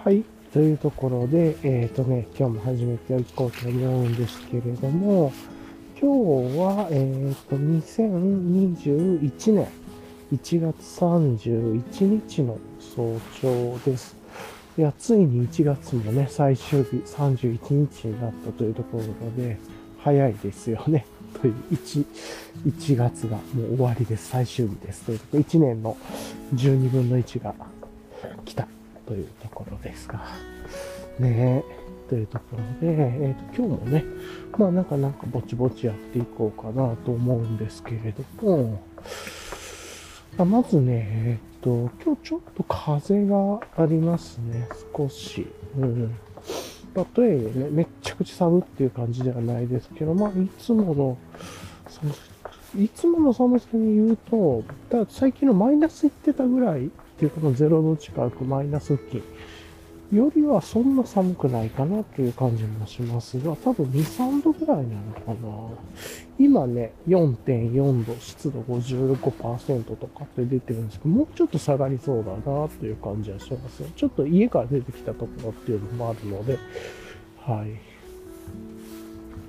はい。というところで、今日も始めていこうと思うんですけれども、今日は、2021年1月31日の早朝です。いや、ついに1月もね、最終日31日になったというところで、早いですよね。という1月がもう終わりです。最終日です。というところ、1年の12分の1が来たというところですが。ねえ。というところで、今日もね、まあなんかぼちぼちやっていこうかなと思うんですけれども、まずね、今日ちょっと風がありますね、少し。うん。例えね、めっちゃくちゃ寒っていう感じではないですけど、まあ、いつもの寒さに言うと、最近のマイナスいってたぐらいっていうか、0度近くマイナス付近よりはそんな寒くないかなという感じもしますが、多分2、3度ぐらいなのかな。今ね、4.4 度、湿度55%とかって出てるんですけど、もうちょっと下がりそうだなという感じはしますよ。ちょっと家から出てきたところっていうのもあるので、はい。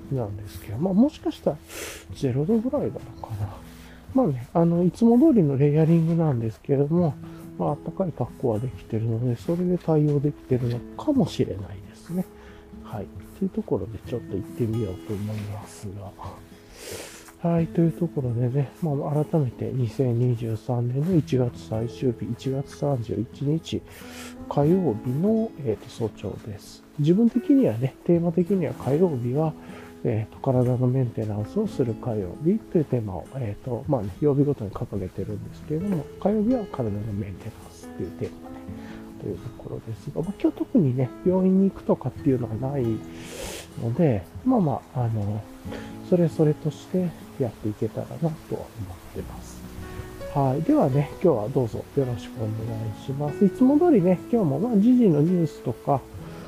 なんですけど、まあもしかしたら0度ぐらいなのかな。まあね、いつも通りのレイヤリングなんですけれども、まあ、暖かい格好はできてるので、それで対応できてるのかもしれないですね。はい。というところでちょっと行ってみようと思いますが。はい。というところでね、まあ、改めて2023年の1月最終日、1月31日、火曜日の、早朝です。自分的にはね、テーマ的には火曜日は、体のメンテナンスをする火曜日というテーマを、まあね、曜日ごとに掲げてるんですけれども、火曜日は体のメンテナンスというテーマで、というところですが、まあ、今日特にね、病院に行くとかっていうのはないので、それとしてやっていけたらなとは思ってます。はい。ではね、今日はどうぞよろしくお願いします。いつも通りね、今日もまあ時事のニュースとか、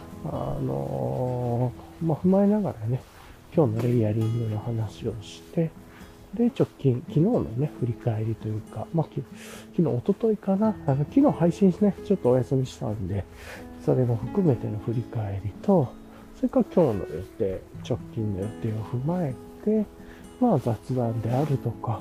まあ、踏まえながらね、今日のレイヤリングの話をして、で、直近、昨日のね、振り返りというか、まあ、昨日、一昨日かな、昨日配信ね、ちょっとお休みしたんで、それも含めての振り返りと、それから今日の予定、直近の予定を踏まえて、まあ、雑談であるとか、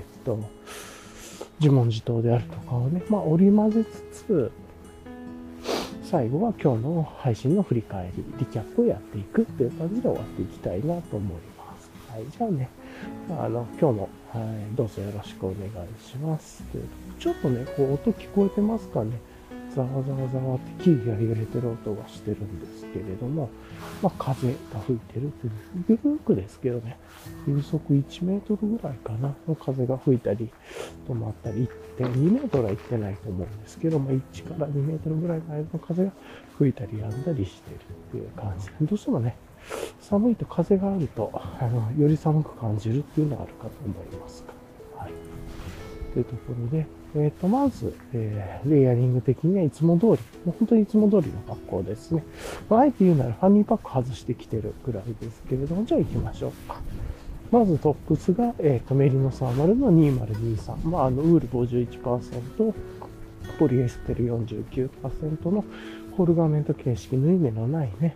自問自答であるとかをね、まあ、織り交ぜつつ、最後は今日の配信の振り返り、リキャップをやっていくっていう感じで終わっていきたいなと思います。はい、じゃあね、今日も、はい、どうぞよろしくお願いします。ちょっとね、こう音聞こえてますかね。ざわざわざわって木が揺れてる音がしてるんですけれども、まあ、風が吹いてるっていう、ゆるーくですけどね、風速1メートルぐらいかな、の風が吹いたり、止まったり、2メートルは行ってないと思うんですけど、まあ、1から2メートルぐらいの間の風が吹いたり止んだりしてるっていう感じ。どうしてもね、寒いと風があると、より寒く感じるっていうのはあるかと思いますが。はい。というところで、まず、レイヤリング的にはいつも通り、もう本当にいつも通りの格好ですね。まあ、あえて言うならファニーパック外してきてるくらいですけれども、じゃあ行きましょうか。まずトップスが、メリノサーマルの2023。まあ、ウール51%、ポリエステル49%のホールガーメント形式、縫い目のないね、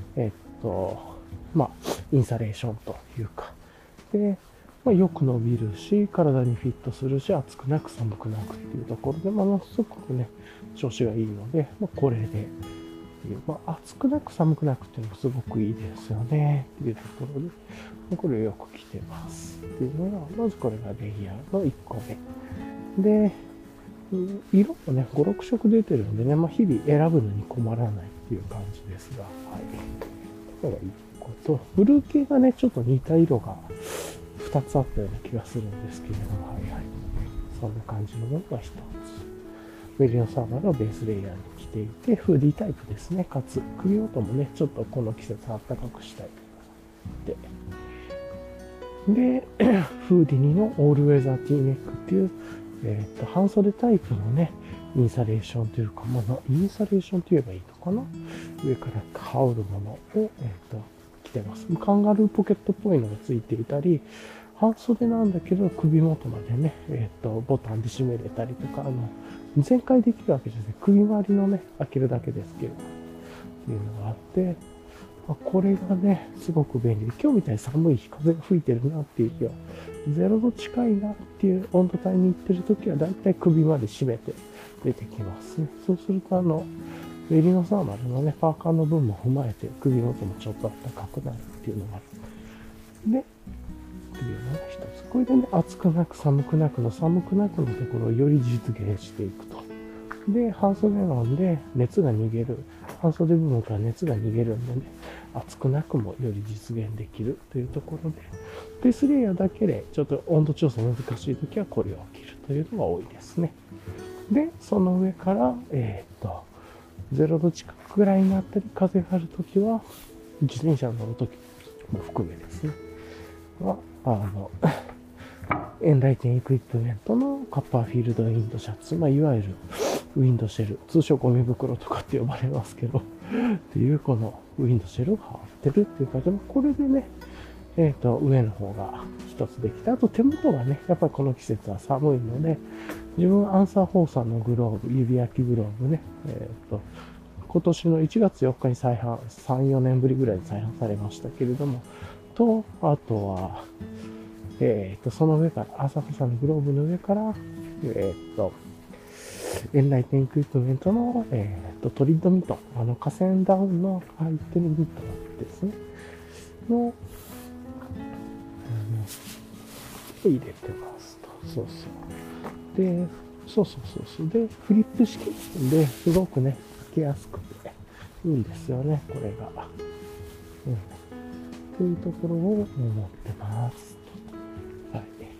まあ、インサレーションというか、で、まあ、よく伸びるし、体にフィットするし、暑くなく寒くなくっていうところで、まあ、すごくね、調子がいいので、まあ、これで、まあ、暑くなく寒くなくっていうのもすごくいいですよね、っていうところで、これをよく着てます。っていうのが、まずこれがレイヤーの1個目。で、色もね、5、6色出てるんでね、まあ、日々選ぶのに困らないっていう感じですが、はい。これが1個と、ブルー系がね、ちょっと似た色が2つあったような気がするんですけれども、はいはい。そんな感じのものが1つ。メリノサーマルのベースレイヤーに着ていて、フーディータイプですね。かつ、首元もね、ちょっとこの季節暖かくしたい。で、フーディニのオールウェザーティーネックっていう、半袖タイプのね、インサレーションというか、まあ、インサレーションと言えばいいのかな。上から羽織るものを、着てます。カンガルーポケットっぽいのがついていたり、半袖なんだけど首元までね、ボタンで締めれたりとか、全開できるわけじゃなくて、首周りのね、開けるだけですけど、 っていうのがあって、これがね、すごく便利で、今日みたいに寒い日、風が吹いてるなっていう日は、0度近いなっていう温度帯に行ってるときは、だいたい首まで締めて出てきますね。そうすると、メリノサーマルのね、パーカーの分も踏まえて、首元もちょっと暖かくなるっていうのがある。で、っていうのが一つ。これでね、暑くなく寒くなくのところをより実現していくと。で、半袖なんで熱が逃げる。半袖部分から熱が逃げるんでね、暑くなくもより実現できるというところで、ベースレイヤーだけでちょっと温度調整難しいときはこれを着るというのが多いですね。で、その上から、0度近くぐらいになったり、風があるときは、自転車に乗るときも含めですね。エンライテンエクイプメントのカッパーフィールドウィンドシャツ、いわゆるウィンドシェル、通称ゴミ袋とかって呼ばれますけど、っていうこのウィンドシェルを羽織ってるっていう感じで、これでね、上の方が一つできた。あと手元がね、やっぱりこの季節は寒いので、自分アンサー4さんのグローブ、指焼きグローブね、今年の1月4日に再販、3、4年ぶりぐらいに再販されましたけれども、あとは、その上から、アンサー4さんのグローブの上から、エンライテンエクイプメントの、トリッドミトン、河川ダウンの入ってるミットですね。の、入れてますと。そうそう。で、で、フリップ式ですごくね、つけやすくていいんですよね、これが。というところを思ってます。はい。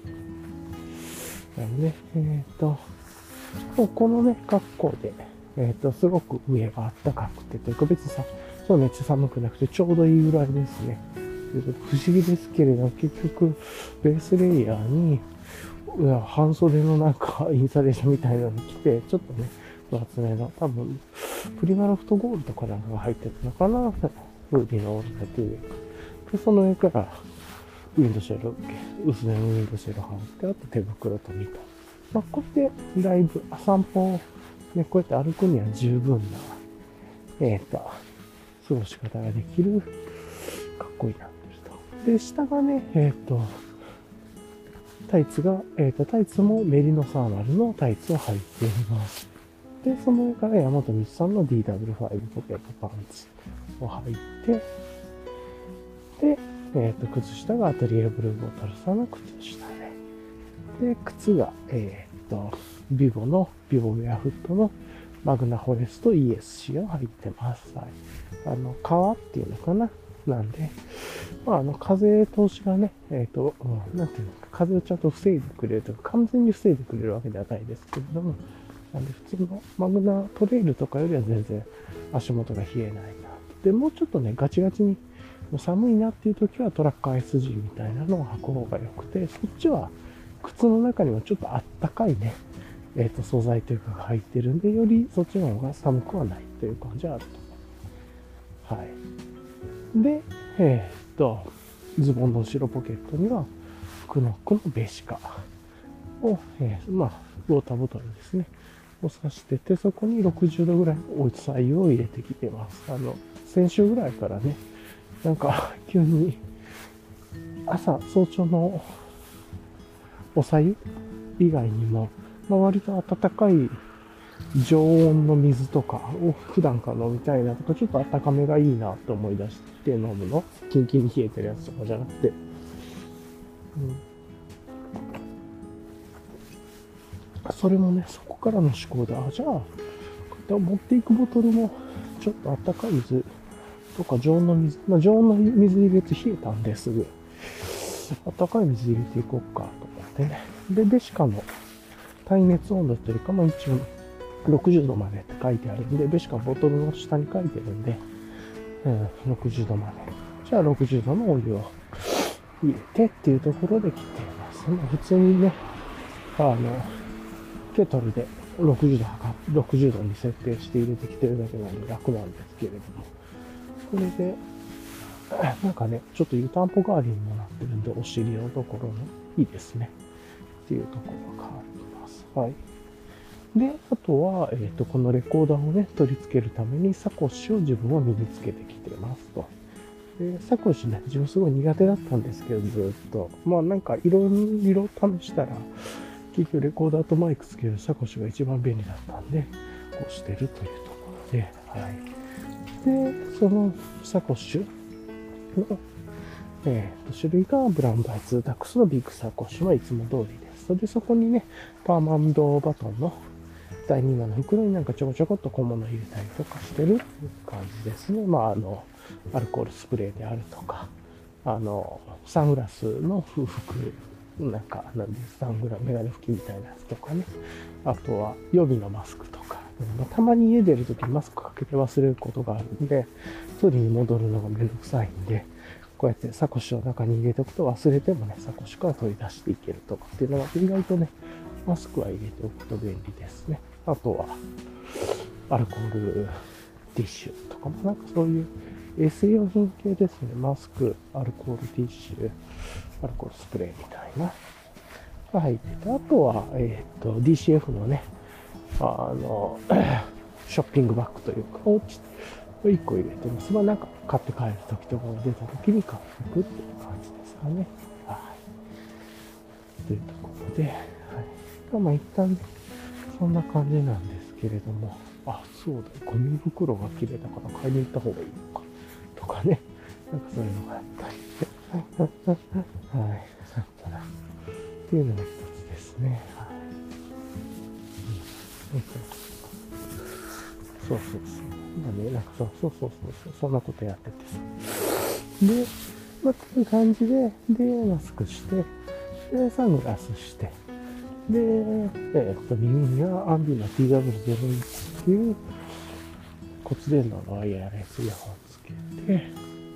なので、このね、格好で、すごく上が暖かくてというか、別にそうめっちゃ寒くなくてちょうどいいぐらいですね。不思議ですけれど、結局、ベースレイヤーに、半袖のなんかインサレーションみたいなのに着て、ちょっとね、分厚めの、多分、プリマロフトゴールとかなんかが入ってたのかな、フーディのオールナイト上か。で、その上から、ウィンドシェル、薄めのウィンドシェル羽織って、あと手袋とミトン。こうやってライブ、散歩をね、こうやって歩くには十分な、過ごし方ができる格好になってると。で、下がね、タイツもメリノサーマルのタイツを履いています。で、その上から山本道さんの DW5 ポケットパンツを履いて、で、靴下がアトリエブルーボトルさんの靴下で、で、靴が、ビボウェアフットのマグナフォレスト ESC を履いてます。はい。革っていうのかななんで、風通しがね、なんていうのか、風をちゃんと防いでくれるとか、完全に防いでくれるわけではないですけれども、なんで普通のマグナトレイルとかよりは全然足元が冷えないな。で、もうちょっとね、ガチガチに寒いなっていう時はトラック SG みたいなのを履く方が良くて、そっちは靴の中にはちょっとあったかいね、素材というかが入ってるんで、よりそっちの方が寒くはないという感じはあると。はい。で、ズボンの後ろポケットには、クノックのベシカを、ウォーターボトルですね。を刺してて、そこに60度ぐらいのお茶湯を入れてきてます。先週ぐらいからね、なんか、急に、早朝のお茶湯以外にも、割と温かい常温の水とかを普段から飲みたいなとか、ちょっと温かめがいいなと思い出して飲むの。キンキンに冷えてるやつとかじゃなくて。それもね、そこからの思考で、じゃあ、持っていくボトルも、ちょっと温かい水とか常温の水、常温の水入れて冷えたんですぐ、温かい水入れていこうかと思ってね。で、ベシカの耐熱温度というか、一応60度までって書いてあるんで、ベシカボトルの下に書いてるんで、60度まで。じゃあ60度のお湯を入れてっていうところで切っています。普通にね、ケトルで60度に設定して入れてきてるだけなので楽なんですけれども。これで、なんかね、ちょっと湯たんぽ代わりにもなってるんで、お尻のところのいいですね。っていうところが変わります。はい。 で、あとは、このレコーダーをね、取り付けるためにサコッシュを自分は身につけてきてますと。で、サコッシュね、自分すごい苦手だったんですけど、ずっと。まあなんかいろいろ試したら、結局レコーダーとマイクつけるサコッシュが一番便利だったんで、こうしてるというところで、はい。で、そのサコッシュの、種類がブラウンバイツーダックスのビッグサコッシュはいつも通りです。で、そこにね、パーマンドバトンの第2話の袋になんかちょこちょこっと小物入れたりとかしてるっていう感じですね。まあ、アルコールスプレーであるとか、サングラスの風服、なんか、なんで、サングラス、メガネ拭きみたいなやつとかね。あとは、予備のマスクとか。たまに家出るときマスクかけて忘れることがあるんで、取りに戻るのがめんどくさいんで、こうやってサコッシュの中に入れておくと忘れてもね、サコッシュから取り出していけるとかっていうのが意外とね、マスクは入れておくと便利ですね。あとは、アルコールティッシュとかもなんかそういう衛生用品系ですね。マスク、アルコールティッシュ、アルコールスプレーみたいな。が入ってて、あとは、DCF のね、ショッピングバッグというか、1個入れてます。まあなんか買って帰るときとか出たときに買っていくっていう感じですかね。はい。というところで、はい。まあ一旦、そんな感じなんですけれども、あ、そうだ、ゴミ袋が切れたから買いに行った方がいいのか、とかね。なんかそういうのがあったり。はい。だったら、っていうのが一つですね。はい。そうそうそう。まあね、なんかそう、そんなことやっててさ。で、まあ、こういう感じで、マスクして、で、サングラスして、で、耳にはアンビの TW01 っていう骨伝導のワイヤレスイヤホンつけて、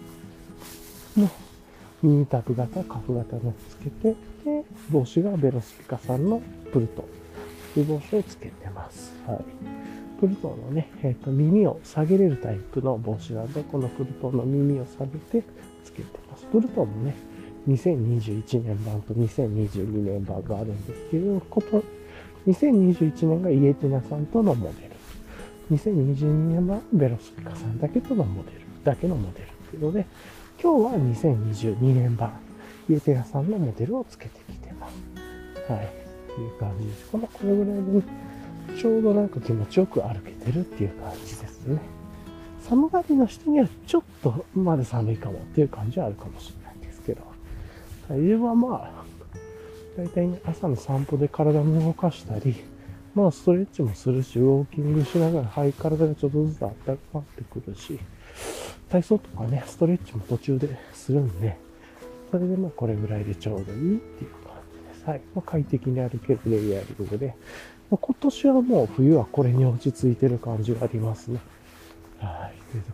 耳タグ型、カフ型のつけて、で、帽子がベロスピカさんのプルトという帽子をつけてます。はい。プルトンのね、耳を下げれるタイプの帽子なんで、このプルトンの耳を下げてつけてます。プルトンもね、2021年版と2022年版があるんですけど、2021年がイエティナさんとのモデル。2022年版はベロスピカさんだけとのモデル、だけのモデルっていうので、今日は2022年版、イエティナさんのモデルをつけてきてます。はい。っていう感じです。これぐらいで、ちょうどなんか気持ちよく歩けてるっていう感じですね。寒がりの人にはちょっとまだ寒いかもっていう感じはあるかもしれないですけど、体重はまあ、だいたい朝の散歩で体も動かしたり、まあストレッチもするし、ウォーキングしながら、はい、体がちょっとずつ温まってくるし、体操とかね、ストレッチも途中でするんで、それでまあこれぐらいでちょうどいいっていう感じです。はい。まあ、快適に歩けるレイヤリングで、今年はもう冬はこれに落ち着いてる感じがありますね。はい。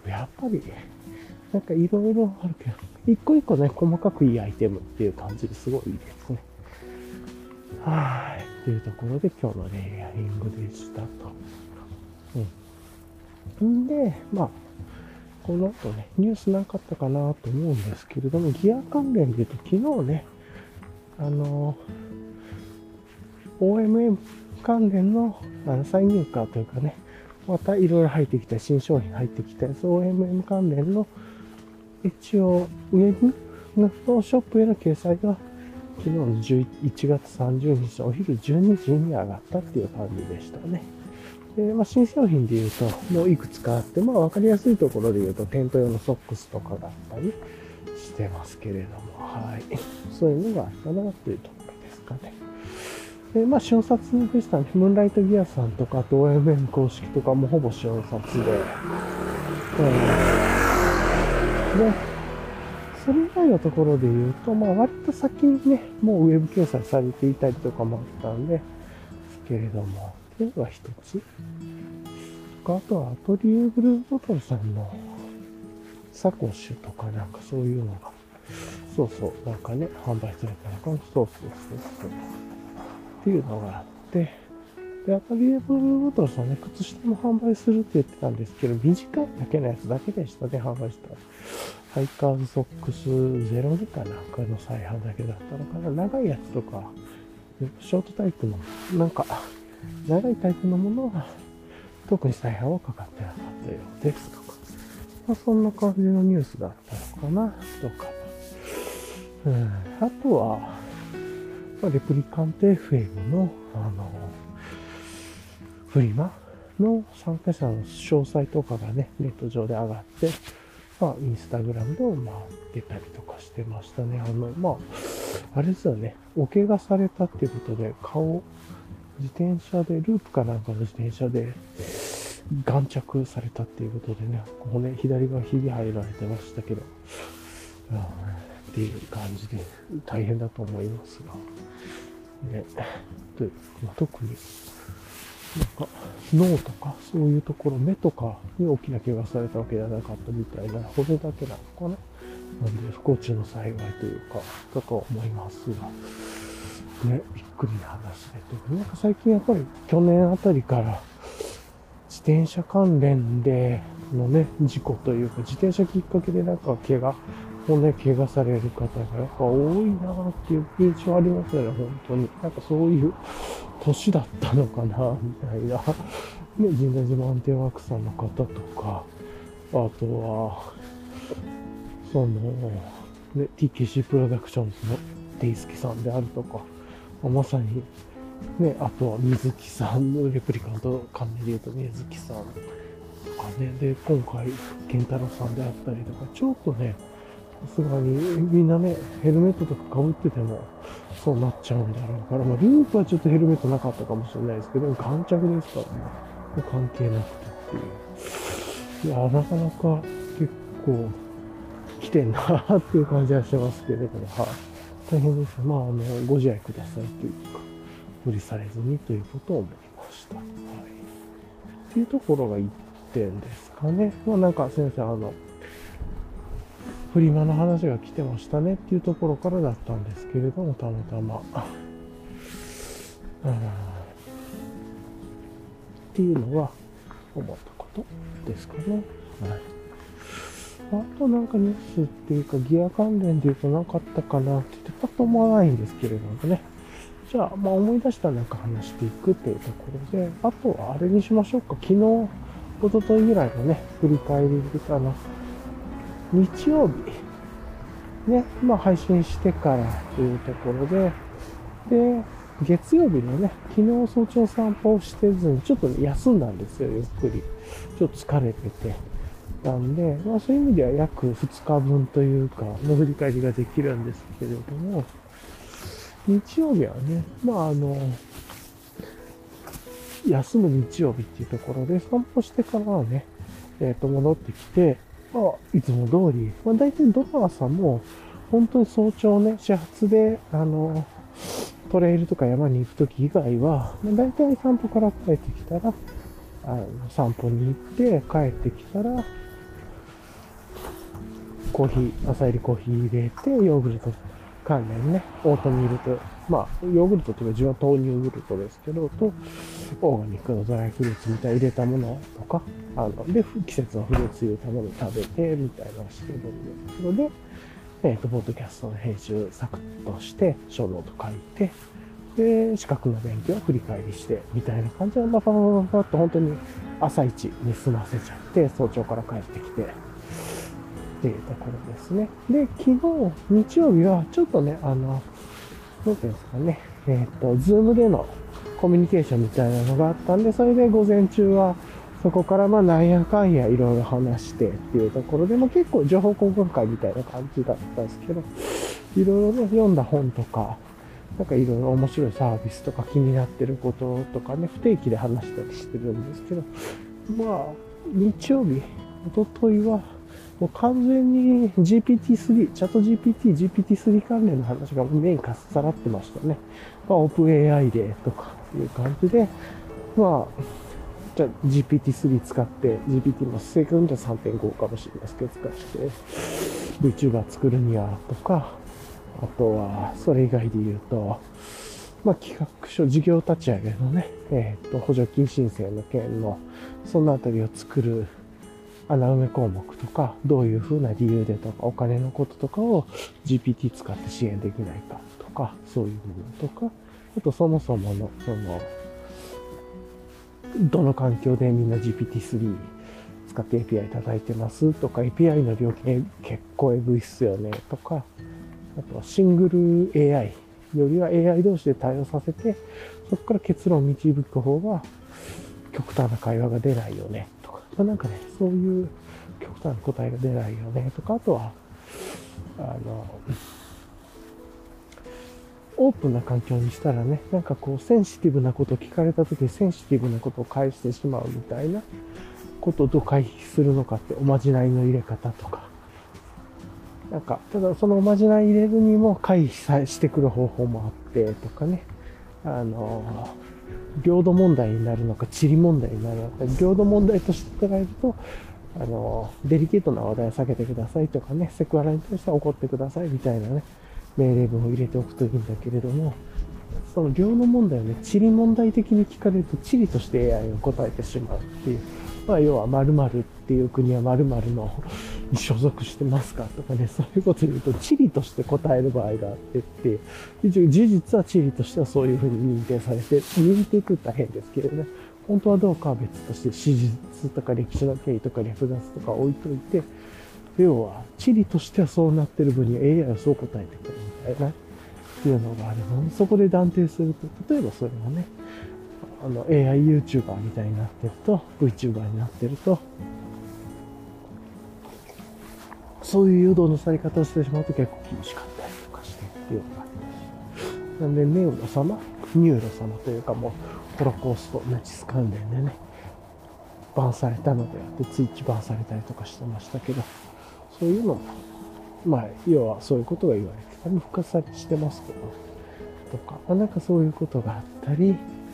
やっぱり、なんかいろいろあるけど、一個一個ね、細かくいいアイテムっていう感じですごいいいですね。はい。というところで今日のレイヤリングでしたと。んで、まあ、この後ね、ニュースなかったかなと思うんですけれども、ギア関連で言うと昨日ね、OMM 関連の再入荷というかね、またいろいろ入ってきた新商品入ってきたやつ、OMM 関連の一応ウェブのショップへの掲載が昨日の1月30日のお昼12時に上がったっていう感じでしたね。で、まあ、新商品で言うと、もういくつかあって、まあ、わかりやすいところで言うと、テント用のソックスとかだったりしてますけれども、はい。そういうのがあったなというところですかね。で、まあ、瞬殺でしたね。ムーンライトギアさんとか、あと OMM 公式とかもほぼ瞬殺で、で、それ以外のところで言うと、まあ、割と先にね、もうウェブ掲載されていたりとかもあったんですけれども、っていうのが一つ。あとはアトリエブルーボトルさんのサコッシュとかなんかそういうのが、そうそう、なんかね、販売されたのかな。そう。っていうのがあって、で、アトリエブルーボトルさんね、靴下も販売するって言ってたんですけど、短いだけのやつだけでしたね、販売した。ハイカーズソックス02かなんかの再販だけだったのかな。長いやつとか、ショートタイプの、なんか、 長いタイプのものは特に再販はかかってなかったようですとか、そんな感じのニュースだったのかなとか、あとは、レプリカント FM の、フリマの参加者の詳細とかがね、ネット上で上がって、インスタグラムでも出たりとかしてましたね。あれですよね、お怪我されたっていうことで、自転車で、ループかなんかの自転車で、眼着されたっていうことでね、左側ひび入られてましたけど、っていう感じで大変だと思いますが、ね、特に脳とかそういうところ、目とかに大きな怪我されたわけじゃなかったみたいな、骨だけなのかな。なんで不幸中の幸いというか、だと思いますが、ね、びっくりな話で、なんか最近やっぱり去年あたりから自転車関連でのね、事故というか、自転車きっかけでなんか怪我される方がやっぱ多いなっていう印象ありますよね、本当に。なんかそういう年だったのかな、みたいな。ね、神田島安定ワークさんの方とか、あとは、TKC プロダクションズのデイスケさんであるとか、まさに、ね、あとは水木さんのレプリカント関連で言うと水木さんとかね、で、今回、健太郎さんであったりとか、ちょっとね、さすがにみんなね、ヘルメットとか被っててもそうなっちゃうんだろうから、ループはちょっとヘルメットなかったかもしれないですけど、眼着ですからね、関係なくてっていう。いや、なかなか結構来てんなっていう感じはしてますけれども、大変です。ご自愛くださいというか、無理されずにということを思いました。はい。っていうところが1点ですかね。なんか先生、フリマの話が来てましたねっていうところからだったんですけれども、たまたま。っていうのは思ったことですかね。はい。あとなんかニュースっていうかギア関連で言うとなかったかなって言ってパッと思わないんですけれどもね。じゃあ、思い出したらなんか話していくっていうところで、あとはあれにしましょうか。昨日、一昨日ぐらいのね、振り返りで日曜日、ね、配信してからというところで、月曜日のね、昨日早朝散歩をしてずに、ちょっとね、休んだんですよ、ゆっくり。ちょっと疲れてて。なんで、そういう意味では約2日分というか、の振り返りができるんですけれども、日曜日はね、休む日曜日っていうところで散歩してからはね、戻ってきて、いつも通り、大体ドラマさんも、本当に早朝ね、始発で、トレイルとか山に行くとき以外は、大体散歩から帰ってきたら、散歩に行って帰ってきたら、朝入りコーヒー入れて、ヨーグルト関連ね、オートミールと、ヨーグルトというか自分は豆乳ヨーグルトですけど、と、オーガニックのドライフルーツみたいに入れたものとか、で、季節のフルーツ入れたものを食べて、みたいなのをしてるんですけど、ポッドキャストの編集サクッとして、小ノート書いて、で、資格の勉強を振り返りして、みたいな感じで、パパッと本当に朝一に済ませちゃって、早朝から帰ってきて、っていうところですね。で、昨日、日曜日は、ちょっとね、なんていうんですかね、ズームでのコミュニケーションみたいなのがあったんで、それで午前中は、そこからなんやかんやいろいろ話してっていうところで、結構情報交換会みたいな感じだったんですけど、いろいろね、読んだ本とか、なんかいろいろ面白いサービスとか気になってることとかね、不定期で話したりしてるんですけど、日曜日、一昨日は、もう完全に GPT-3、チャット GPT、GPT-3 関連の話がメインかっさらってましたね。オープン AI でとかいう感じで、じゃあ GPT-3 使って、GPT も正確には 3.5 かもしれないですけど、使って、VTuber 作るにはとか、あとは、それ以外で言うと、企画書、事業立ち上げのね、補助金申請の件の、そのあたりを作る穴埋め項目とか、どういうふうな理由でとか、お金のこととかを GPT 使って支援できないかとか、そういう部分とか、あとそもそもの、 どの環境でみんな GPT-3 使って API 叩いてますとか、API の料金結構エグいっすよねとか、あとはシングル AI よりは AI 同士で対応させて、そこから結論を導く方が極端な会話が出ないよねとか、なんかね、そういう極端な答えが出ないよねとか、あとは、オープンな環境にしたらね、なんかこうセンシティブなことを聞かれた時にセンシティブなことを返してしまうみたいなことをどう回避するのかっておまじないの入れ方とか、なんか、ただそのおまじない入れるにも回避してくる方法もあってとかね、領土問題になるのか、地理問題になるのか、領土問題として捉えると、デリケートな話題を避けてくださいとかね、セクハラに対しては怒ってくださいみたいなね、命令文を入れておくといいんだけれども、その領土問題をね、地理問題的に聞かれると、地理として AI を答えてしまうっていう。まあ、要は〇〇っていう国は〇〇のに所属してますかとかね、そういうことを言うと、地理として答える場合があってっていう、事実は地理としてはそういうふうに認定されて、認定と言ったら変ですけれどね、本当はどうかは別として、史実とか歴史の経緯とか略奪とか置いといて、要は、地理としてはそうなってる分には AI はそう答えてくるみたいな、っていうのがあるので、そこで断定すると、例えばそれがね、AI YouTuber みたいになってると、VTuber になってると、そういう誘導のされ方をしてしまうと結構厳しかったりとかしてっていうのがありますし。なんで、ニューロ様というかもう、ホロコースト、ナチス関連でね、バンされたのであって、ツイッチバンされたりとかしてましたけど、そういうのも、まあ、要はそういうことが言われてたり、深さにしてますけど、とか、なんかそういうことがあったり、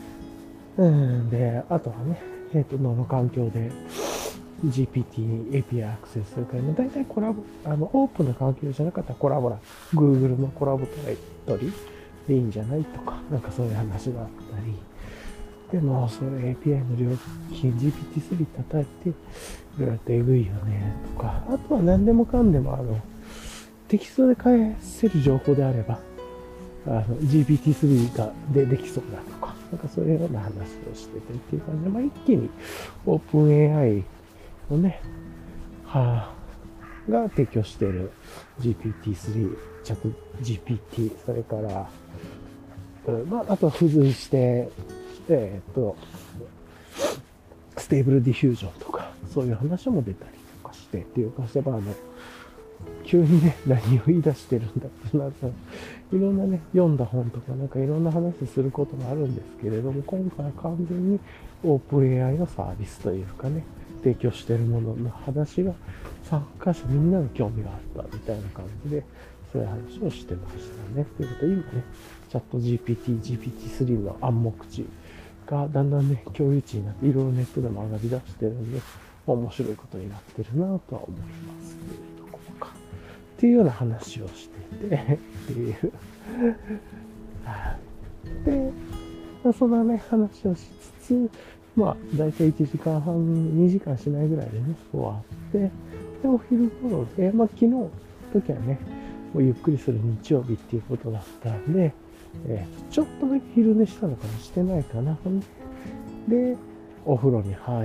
で、あとはね、どの環境で GPT に API アクセスするか、大体コラボ、オープンな環境じゃなかったらコラボラ、Google のコラボトリでいいんじゃないとか、なんかそういう話があったり、でも、それ API の料金 GPT-3 叩いて、いろいろとエグいよね、とか、あとは何でもかんでもテキストで返せる情報であれば、GPT-3 できそうだとか、なんかそういうような話をしててっていう感じで、まあ、一気にオープン AI のね、が提供している GPT-3、チャット GPT、それから、まあ、あとは付随して、ステーブルディフュージョンとか、そういう話も出たりとかしてっていうか、急にね、何を言い出してるんだってなったら、いろんなね、読んだ本とかなんかいろんな話することがあるんですけれども、今回は完全にオープン AI のサービスというかね、提供しているものの話が参加者みんなの興味があったみたいな感じで、そういう話をしてましたね。ということで、今ね、チャット GPT、GPT-3 の暗黙知がだんだんね、共有値になって、いろいろネットでも上がり出してるんで、面白いことになってるなとは思います。っていうような話をしていて、っていう。で、そんなね、話をしつつ、まあ、だいたい1時間半、2時間しないぐらいでね、終わって、で、お昼頃で、まあ、昨日の時はね、もうゆっくりする日曜日っていうことだったんで、ちょっとだけ昼寝したのかもしてないかな。で、お風呂に入って、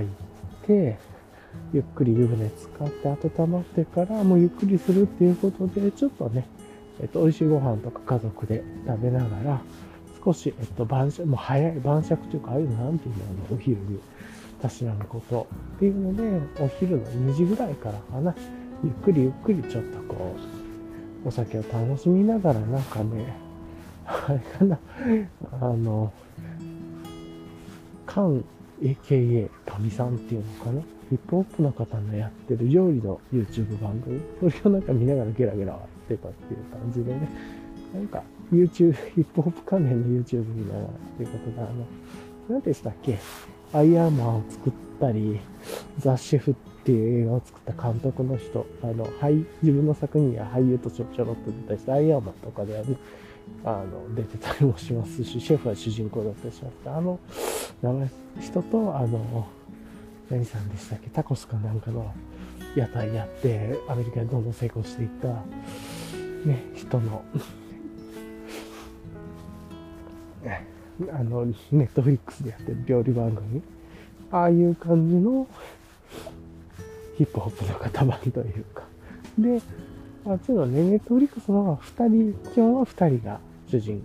ゆっくり湯船使って温まってからもうゆっくりするっていうことで、ちょっとね、美味しいご飯とか家族で食べながら、少し、晩酌、もう早い晩酌というか、ああいうのなんていうの、お昼にたしなむことっていうので、お昼の2時ぐらいからかな、ゆっくりちょっとこう、お酒を楽しみながらなんかね、あれかな、カン AKA 神さんっていうのかな、ヒップホップの方のやってる料理の YouTube 番組、それをなんか見ながらゲラゲラしてたっていう感じでね、なんか YouTube、ヒップホップ関連の YouTube 見ながらっていうことで、何でしたっけ、アイアンマンを作ったり、ザ・シェフっていう映画を作った監督の人、自分の作品や俳優とちょろっと出たりして、アイアンマンとかではね、出てたりもしますし、シェフは主人公だったりしますけど、人と、何さんでしたっけ、タコスかなんかの屋台やって、アメリカにどんどん成功していった、ね、人の、ネットフリックスでやってる料理番組ああいう感じのヒップホップの型番というか。で、あっちのね、ネットフリックスの2人、基本は2人が主人、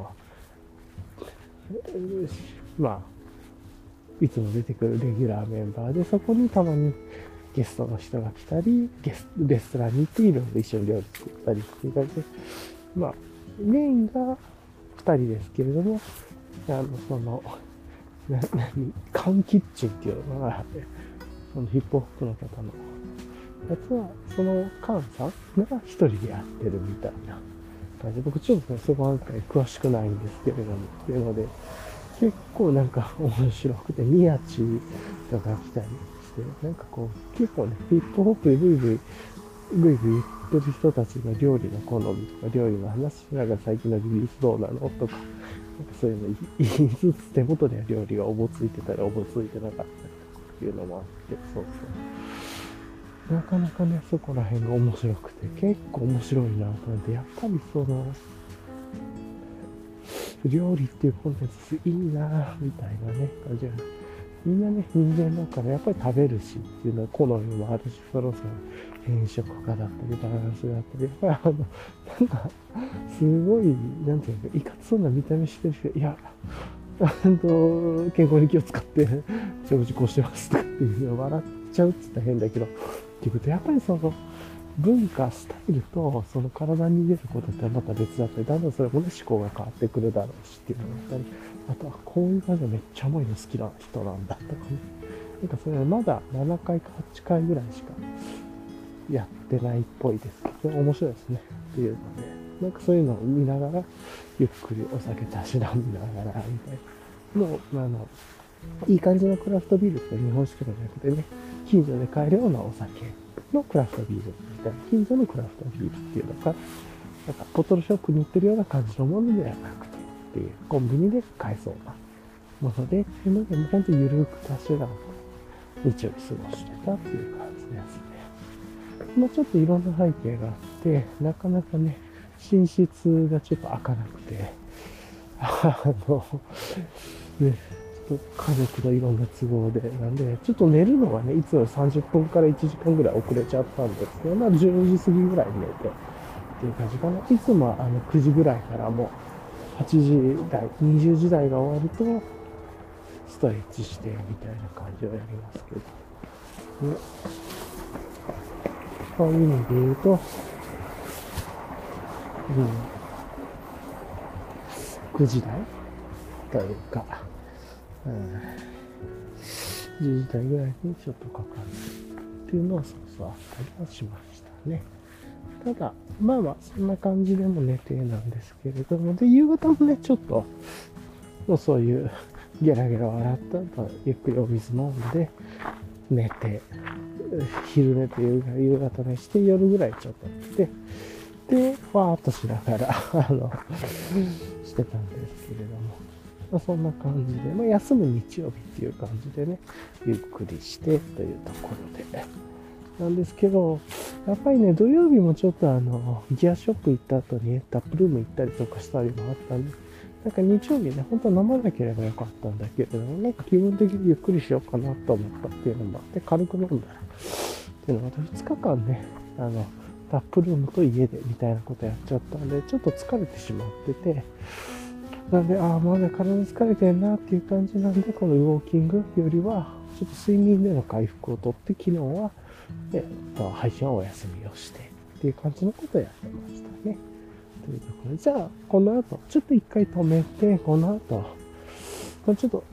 まあ、いつも出てくるレギュラーメンバーで、そこにたまにゲストの人が来たり、レストランに行っていろいろ一緒に料理作ったりっていう感じで、まあ、メインが2人ですけれども、カンキッチンっていうのがあって、そのヒップホップの方のやつは、そのカンさんが一人でやってるみたいな感じで、僕ちょっとね、そこは詳しくないんですけれども、っていうので、結構なんか面白くて、宮地とか来たりして、なんかこう、結構ね、ヒップホップでグイグイ言ってる人たちが料理の好みとか、料理の話しながら最近のリリースどうなのとか、なんかそういうの言いつつ手元では料理がおぼついてたりおぼついてなかったりとかっていうのもあって、そうそう。なかなかね、そこら辺が面白くて、結構面白いなと思って、やっぱりその、料理っていうコンテンツいいなみたいなね、感じが。みんなね、人間だからやっぱり食べるしっていうのは好みもあるし、そろそろ変色化だったり、バランスだったり、やっぱりなんか、すごい、なんていうか、いかつそうな見た目してるし、いや、健康に気を使って、食事こうしてますとかっていうのを笑っちゃうって言ったら変だけど、っていうことやっぱりその、文化、スタイルと、その体に入れることってまた別だったり、だんだんそれもね、思考が変わってくるだろうしっていうのがあったり、あとはこういう感じでめっちゃ甘いの好きな人なんだとかね。なんかそれはまだ7回か8回ぐらいしかやってないっぽいですけど、面白いですね。っていうので、なんかそういうのを見ながら、ゆっくりお酒たしなみながら、みたいな。もう、いい感じのクラフトビールって日本酒とかじゃなくてね、近所で買えるようなお酒のクラフトビールみたいな、近所のクラフトビールっていうのか、なんかボトルショップに売ってるような感じのものではなくて、っていう、コンビニで買えそうなもので、っていうので、もうほんとゆるくたしな日曜日過ごしてたっていう感じですね。まあちょっといろんな背景があって、なかなかね、寝室がちょっと開かなくて、ね、ちょっと家族のいろんな都合で、なんで、ちょっと寝るのはね、いつも30分から1時間ぐらい遅れちゃったんですけど、まあ10時過ぎぐらいに寝て、っていう感じかな。いつもは9時ぐらいからもう8時台、20時台が終わると、ストレッチしてみたいな感じをやりますけど。ね、そういう意味で言うと、9時台というか、10時台ぐらいにちょっとかかるっていうのはそうそうあったりはしましたね。ただ、まあまあ、そんな感じでも寝てなんですけれども、で、夕方もね、ちょっと、もうそういうゲラゲラ笑った後、ゆっくりお水飲んで、寝て、昼寝というか夕方寝して、夜ぐらいちょっと寝て、で、ふわーっとしながら、してたんですけれども、まあ、そんな感じで、まあ、休む日曜日っていう感じでね、ゆっくりしてというところで、なんですけど、やっぱりね、土曜日もちょっとギアショップ行った後に、タップルーム行ったりとかしたりもあったんで、なんか日曜日ね、本当は飲まなければよかったんだけれども、なんか気分的にゆっくりしようかなと思ったっていうのもあって、軽く飲んだら、っていうのが2日間ね、タップルームと家でみたいなことやっちゃったんで、ちょっと疲れてしまってて、なんで、まだ体疲れてんなっていう感じなんで、このウォーキングよりは、ちょっと睡眠での回復をとって、昨日は、配信はお休みをして、っていう感じのことをやってましたね。というところで、じゃあ、この後、ちょっと一回止めて、この後、ちょっと、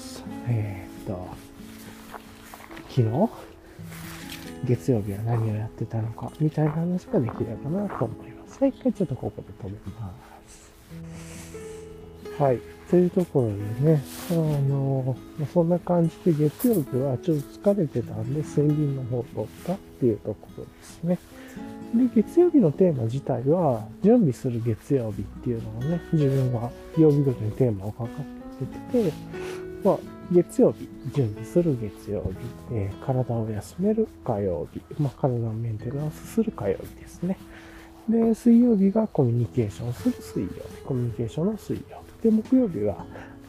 昨日、月曜日は何をやってたのか、みたいな話ができればなと思います。一回ちょっとここで止めます。はい。というところでね、そんな感じで月曜日はちょっと疲れてたんで、睡眠の方を取ったっていうところですね。で、月曜日のテーマ自体は、準備する月曜日っていうのをね、自分は曜日ごとにテーマをかかってて、まあ、月曜日、準備する月曜日、体を休める火曜日、体のメンテナンスする火曜日ですね。で、水曜日がコミュニケーションする水曜日、コミュニケーションの水曜日。で、木曜日は、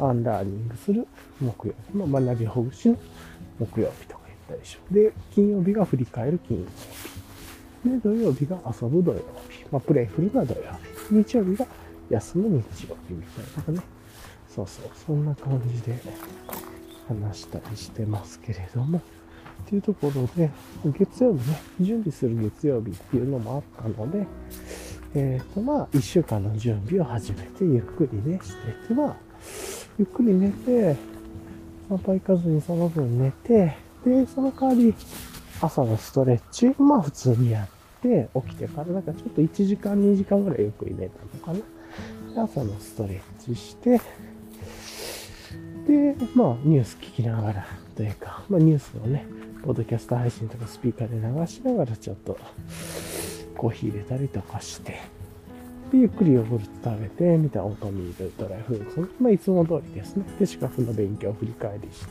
アンラーニングする木曜日、学びほぐしの木曜日とか言ったでしょ。で、金曜日が振り返る金曜日。で、土曜日が遊ぶ土曜日。プレイフルな土曜日。日曜日が休む日曜日みたいなとかね。そうそう、そんな感じで話したりしてますけれども。っていうところで、月曜日ね、準備する月曜日っていうのもあったので、1週間の準備を始めて、ゆっくりね、してて、ゆっくり寝て、散歩行かずにその分寝て、で、その代わり、朝のストレッチ、普通にやって、起きてから、ちょっと1時間、2時間ぐらいゆっくり寝たのかな。で、朝のストレッチして、で、ニュース聞きながら、というか、ニュースをね、ポッドキャスト配信とかスピーカーで流しながらちょっとコーヒー入れたりとかして、で、ゆっくりヨーグルト食べて、みたいなオートミール、ドライフルーツ、いつも通りですね。で、資格の勉強を振り返りして、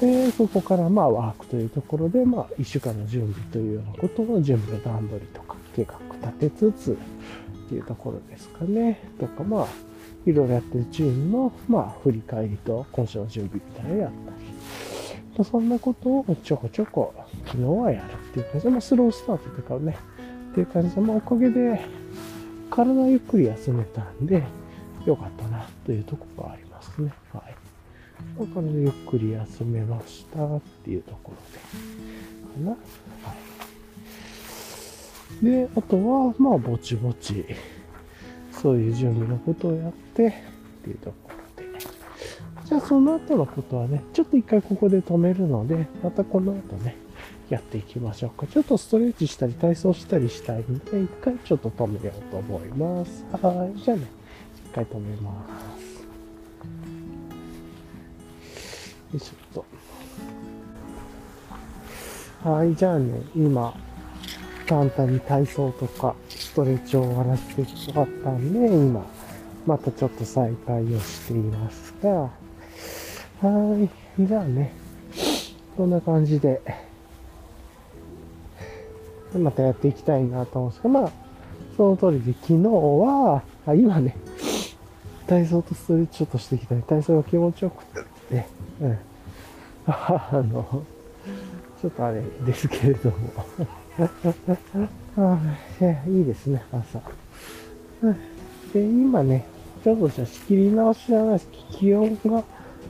で、そこからワークというところで、1週間の準備というようなことの準備の段取りとか、計画立てつつ、っていうところですかね。とか、いろいろやってるチームの、振り返りと今週の準備みたいなのをやったり、そんなことをちょこちょこ昨日はやるっていう感じで、スロースタートとかね、っていう感じで、おかげで体ゆっくり休めたんで、よかったなというところがありますね。はい。体ゆっくり休めましたっていうところで、かな。はい。で、あとは、ぼちぼち、そういう準備のことをやって、っていうところ。じゃあその後のことはね、ちょっと一回ここで止めるので、またこの後ね、やっていきましょうか。ちょっとストレッチしたり体操したりしたいので、一回ちょっと止めようと思います。はい。じゃあね、一回止めます。よいしょっと。はい。じゃあね、今、簡単に体操とかストレッチを終わらせてよかったんで、今、またちょっと再開をしていますが、はい。じゃあね、こんな感じで、またやっていきたいなと思うんですけど、その通りで昨日は、今ね、体操とストレッチちょっとしてきたり、体操が気持ちよくて、ちょっとあれですけれども。いいですね、朝。で、今ね、ちょっとじゃ仕切り直しじゃないです。気温が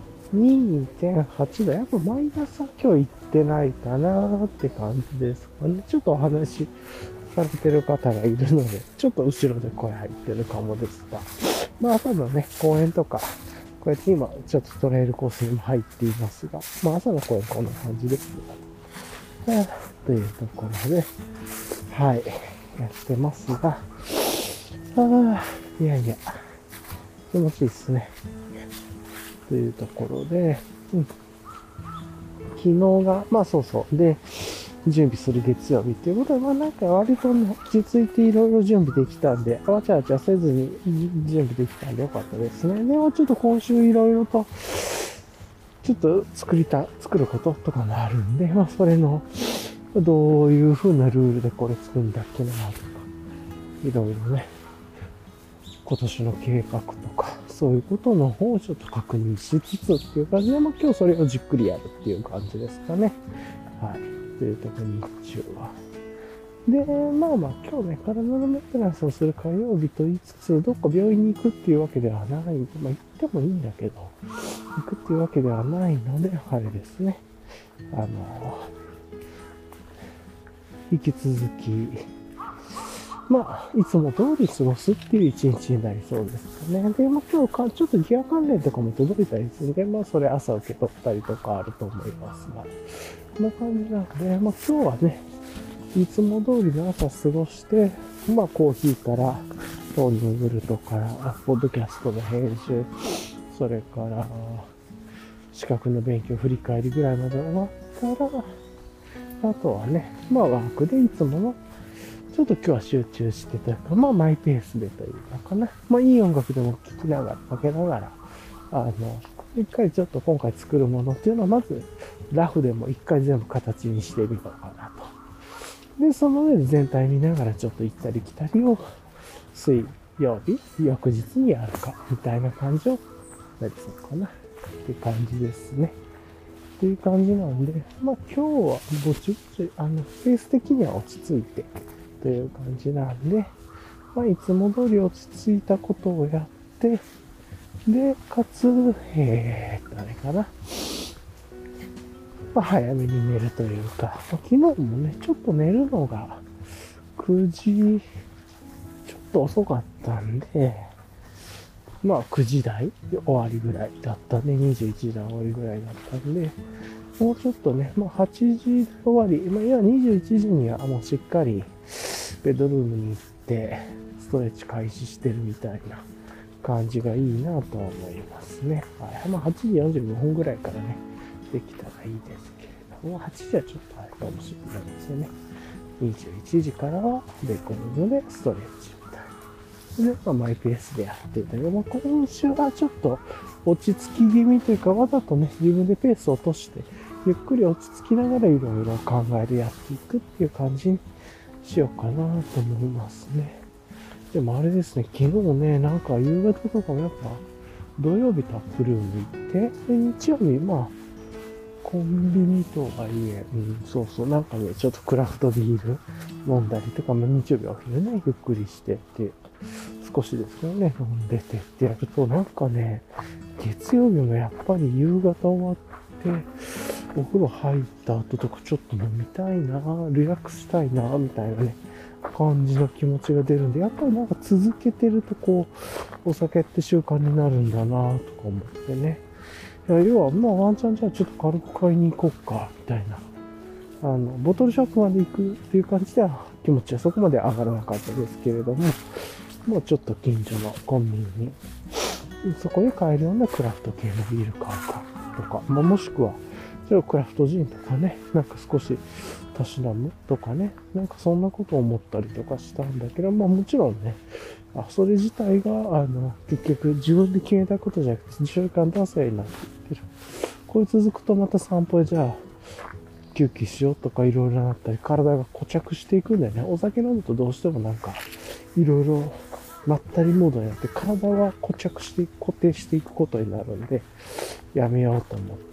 2.8 度。やっぱマイナスは今日行ってないかなって感じですかね。ちょっとお話しされてる方がいるので、ちょっと後ろで声入ってるかもですが。朝のね、公園とか、こうやって今、ちょっとトレイルコースにも入っていますが、朝の公園こんな感じですね。というところで、はい、やってますが、いやいや、気持ちいいですね。というところで、昨日が、そうそう。で、準備する月曜日っていうことで、割とね、落ち着いていろいろ準備できたんで、わちゃわちゃせずに準備できたんでよかったですね。でもちょっと今週いろいろと、ちょっと作ることとかもあるんで、それの、どういう風なルールでこれ作るんだっけなとか、いろいろね、今年の計画とか、そういうことの方をちょっと確認しつつっていう感じで、今日それをじっくりやるっていう感じですかね。はい。というとこ日中は。で、今日ね、体のメンテナンスをする火曜日と言いつつ、どっか病院に行くっていうわけではない。行ってもいいんだけど、行くっていうわけではないので、あれですね。引き続き、いつも通り過ごすっていう一日になりそうですかね。で、今日ちょっとギア関連とかも届いたりするんで、それ朝受け取ったりとかあると思いますが、こんな感じなので、今日はね、いつも通りの朝過ごして、コーヒーから、トーニングルトから、ポッドキャストの編集、それから、資格の勉強振り返りぐらいまで終わったら、あとはね、ワークでいつもの、ちょっと今日は集中してというか、マイペースでというのかな。いい音楽でも聴きながら、かけながら、一回ちょっと今回作るものっていうのは、まず、ラフでも一回全部形にしてみようかなと。で、その上で全体見ながらちょっと行ったり来たりを、水曜日、翌日にやるか、みたいな感じをったりするかなって感じですね。っていう感じなんで、まあ今日はぼちぼち、ペース的には落ち着いてという感じなんで、まあいつも通り落ち着いたことをやって、で、かつ、あれかな。まあ早めに寝るというか、まあ、昨日もね、ちょっと寝るのが9時、ちょっと遅かったんで、まあ9時台終わりぐらいだったんで、21時台終わりぐらいだったんで、もうちょっとね、まあ8時終わり、まあいや21時にはもうしっかりベッドルームに行って、ストレッチ開始してるみたいな感じがいいなと思いますね。はい。まあ8時45分ぐらいからね、できたらいいですけれども、8時はちょっとあれかもしれないですよね。21時からはベッドルームでストレッチみたいな。で、まあマイペースでやってたけど、まあ今週はちょっと落ち着き気味というか、わざとね、自分でペースを落として、ゆっくり落ち着きながらいろいろ考えてやっていくっていう感じにしようかなと思いますね。でもあれですね、昨日ね、なんか夕方とかもやっぱ土曜日タップルーム行って、で日曜日、まあ、コンビニとはいえ、そうそう、なんかね、ちょっとクラフトビール飲んだりとか、まあ、日曜日はお昼ね、ゆっくりしてって、少しですけどね、飲んでてってやると、なんかね、月曜日もやっぱり夕方終わって、お風呂入った後とかちょっと飲みたいな、リラックスしたいな、みたいなね、感じの気持ちが出るんで、やっぱりなんか続けてるとこう、お酒って習慣になるんだな、とか思ってね。いや、要は、まあワンチャンじゃあちょっと軽く買いに行こうか、みたいな。ボトルショップまで行くっていう感じでは気持ちはそこまで上がらなかったですけれども、もうちょっと近所のコンビニに、そこで買えるようなクラフト系のビール買うか、とか、まあ、もしくは、それをクラフトジンとかね、なんか少したしなむとかね、なんかそんなことを思ったりとかしたんだけど、まあもちろんね、それ自体が、結局自分で決めたことじゃなくて、習慣達成になっていってる。これ続くとまた散歩でじゃあ、休憩しようとかいろいろなったり、体が固着していくんだよね。お酒飲むとどうしてもなんか、いろいろまったりモードになって、体が固着していく、固定していくことになるんで、やめようと思って、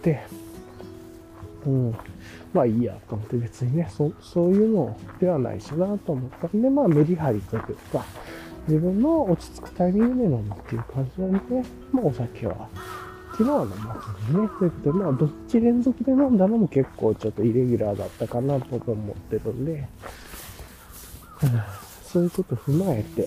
まあいいやと思って別にね、そういうのではないしなと思ったんで、まあメリハリというか、自分の落ち着くタイミングで飲むっていう感じなんで、まあお酒は、昨日は飲まずにね、ということで、まあどっち連続で飲んだのも結構ちょっとイレギュラーだったかなと思ってるんで、そういうことを踏まえて、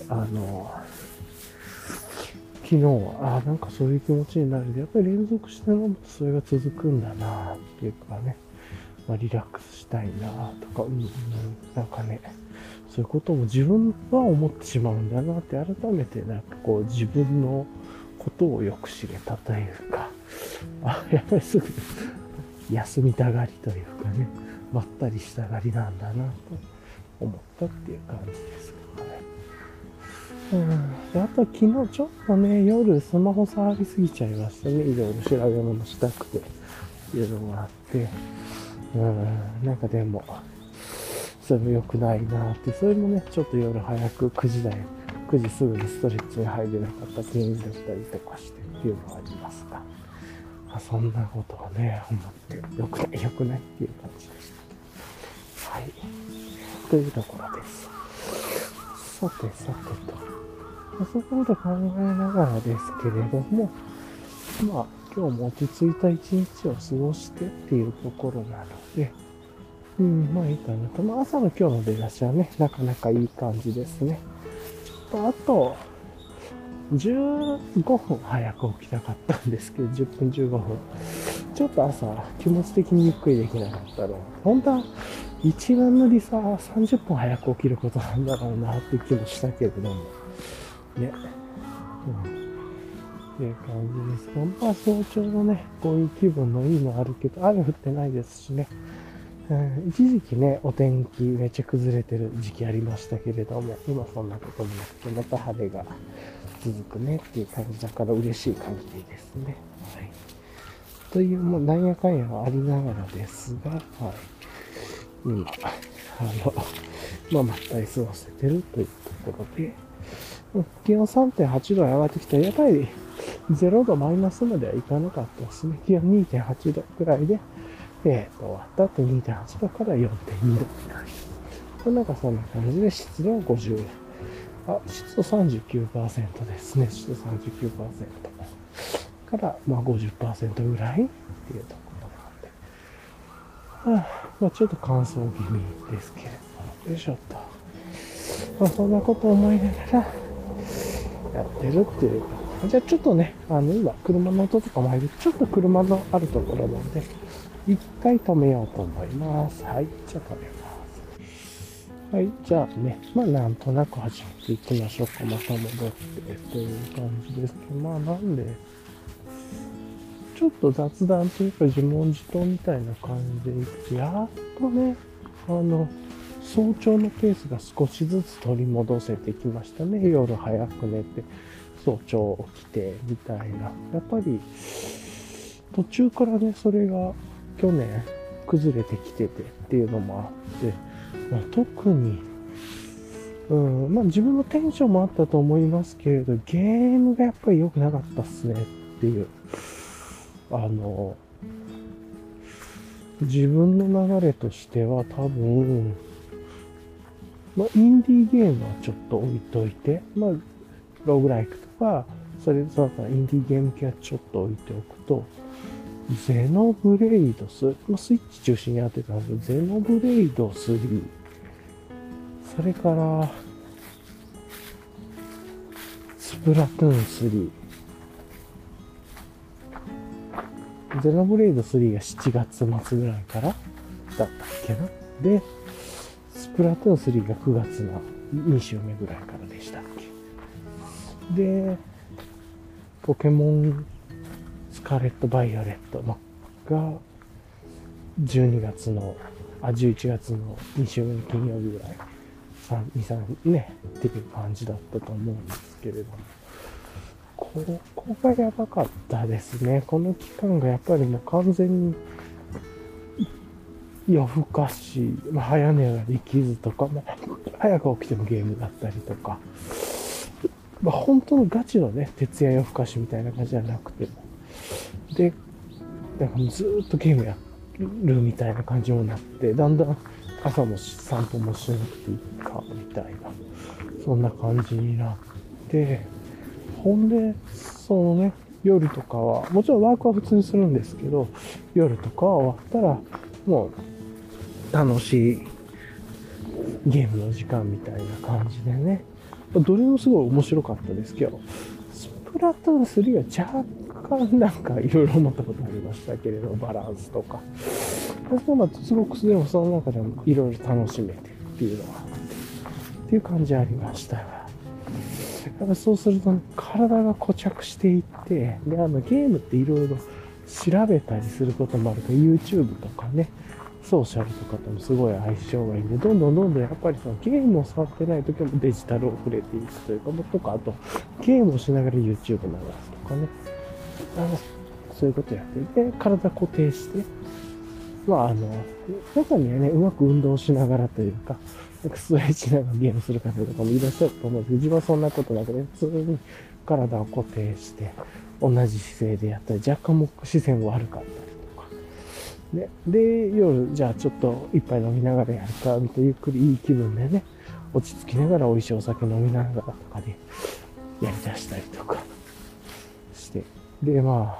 昨日は、なんかそういう気持ちになるんで、やっぱり連続して飲むとそれが続くんだなっていうかね、まあ、リラックスしたいなとか、なんかね、そういうことも自分は思ってしまうんだなって改めてなんかこう自分のことをよく知れたというか、やっぱりすぐ休みたがりというかね、まったりしたがりなんだなと思ったっていう感じですかね。であとは昨日ちょっとね、夜スマホ触りすぎちゃいましたね。いろいろ調べ物したくて、いうのがあって、なんかでも、それも良くないなって、それもね、ちょっと夜早く9時台、9時すぐにストレッチに入れなかった原因だったりとかしてっていうのがありますが、そんなことをね、思って、良くないっていう感じでした。はい。というところです。さてと。そういうこと考えながらですけれども、まあ、今日も落ち着いた一日を過ごしてっていうところなので、まあいいかなと。まあ朝の今日の出だしはね、なかなかいい感じですね。ちょっとあと、15分早く起きたかったんですけど、10分15分。ちょっと朝気持ち的にゆっくりできなかったの。本当は一番の理想は30分早く起きることなんだろうなって気もしたけれども。ね。っていう感じですが、まあ早朝のね、こういう気分のいいのあるけど、雨降ってないですしね。一時期ね、お天気めっちゃ崩れてる時期ありましたけれども、今そんなこともなくて、また晴れが続くねっていう感じだから嬉しい感じですね。はい。という、もうなんやかんやありながらですが、はい。今、まったり過ごせてるというところで、気温3.8度上がってきたら、やっぱり 0度マイナスまではいかなかったですね。気温2.8度くらいで、終わった後2.8度から4.2度みたいな。なんかそんな感じで湿度は50、湿度39%ですね。湿度39%から、50% ぐらいっていうところなんで。ちょっと乾燥気味ですけれども、よいしょっと。そんなことを思いながらやってるっていうか。じゃあちょっとね、今、車の音とかも入る。ちょっと車のあるところなんで、一回止めようと思います。はい、じゃあ止めます。はい、じゃあね、なんとなく始めていきましょうか。また戻ってという感じですけど、なんで、ちょっと雑談というか自問自答みたいな感じでいくと、やっとね、早朝のペースが少しずつ取り戻せてきましたね。夜早く寝て、早朝起きて、みたいな。やっぱり、途中からね、それが去年崩れてきててっていうのもあって、特に、自分のテンションもあったと思いますけれど、ゲームがやっぱり良くなかったっすねっていう。自分の流れとしては多分、インディーゲームはちょっと置いといて、ローグライクとか、その他インディーゲーム系はちょっと置いておくと、ゼノブレイドスイッチ中心にやってたんですけど、ゼノブレイド3、それから、スプラトゥーン3、ゼノブレイド3が7月末ぐらいからだったっけな。で、スプラトゥーン3が9月の2週目ぐらいからでしたっけ。で、ポケモンスカーレット・バイオレットが11月の2週目の金曜日ぐらい、2、3ね、っていう感じだったと思うんですけれども。ここがやばかったですね。この期間がやっぱりもう完全に夜更かし、早寝ができずとか、早く起きてもゲームだったりとか、本当のガチのね、徹夜夜更かしみたいな感じじゃなくても。で、ずーっとゲームやるみたいな感じもなって、だんだん朝も散歩もしなくていいか、みたいな、そんな感じになって、ほんで、夜とかは、もちろんワークは普通にするんですけど、夜とかは終わったら、もう、楽しいゲームの時間みたいな感じでね。どれもすごい面白かったですけど、スプラトゥーン3は若干なんかいろいろ思ったことありましたけれど、バランスとか。すごくでもその中でもいろいろ楽しめてっていうのがあって、っていう感じありましたが。やっぱそうすると体が固着していって、で、ゲームっていろいろ調べたりすることもあるから、YouTube とかね、ソーシャルとかともすごい相性がいいんで、どんどんやっぱりそのゲームを触ってない時もデジタルを触れていくというか、とか、あと、ゲームをしながら YouTube 流すとかね、そういうことやって、で、体固定して、中にはね、うまく運動しながらというか、ストレッチながらゲームする方とかもいらっしゃると思うんですけど、自分はそんなことなくね、普通に体を固定して、同じ姿勢でやったり、若干も視線悪かったりとか。で、夜、じゃあちょっと一杯飲みながらやるか、みたいなゆっくりいい気分でね、落ち着きながら美味しいお酒飲みながらとかでやり出したりとかして。で、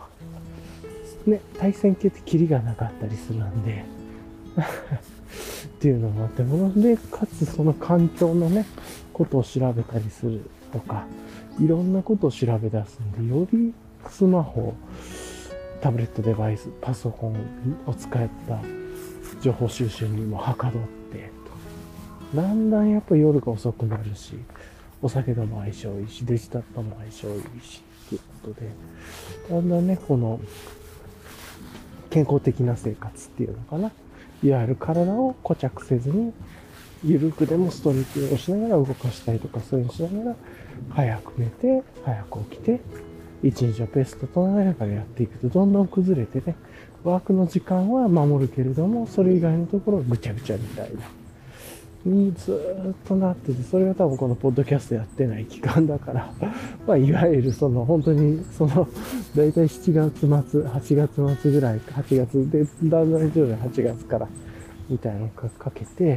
対戦系ってキリがなかったりするんで、っていうのもあって、で、かつその環境のね、ことを調べたりするとか、いろんなことを調べ出すんで、よりスマホ、タブレットデバイス、パソコンを使った情報収集にもはかどって、だんだんやっぱ夜が遅くなるし、お酒とも相性いいし、デジタルとも相性いいし、っていうことで、だんだんね、この、健康的な生活っていうのかな。いわゆる体を固着せずに、ゆるくでもストレッチをしながら動かしたりとか、そういうのしながら、早く寝て、早く起きて、一日をベストとなりながらやっていくと、どんどん崩れてね、ワークの時間は守るけれども、それ以外のところはぐちゃぐちゃみたいなにずーっとなってて、それが多分このポッドキャストやってない期間だから、まあ、いわゆるその、本当に、その、だいたい7月末、8月末ぐらいか、8月で、だんだん徐々に8月から、みたいなのかけて、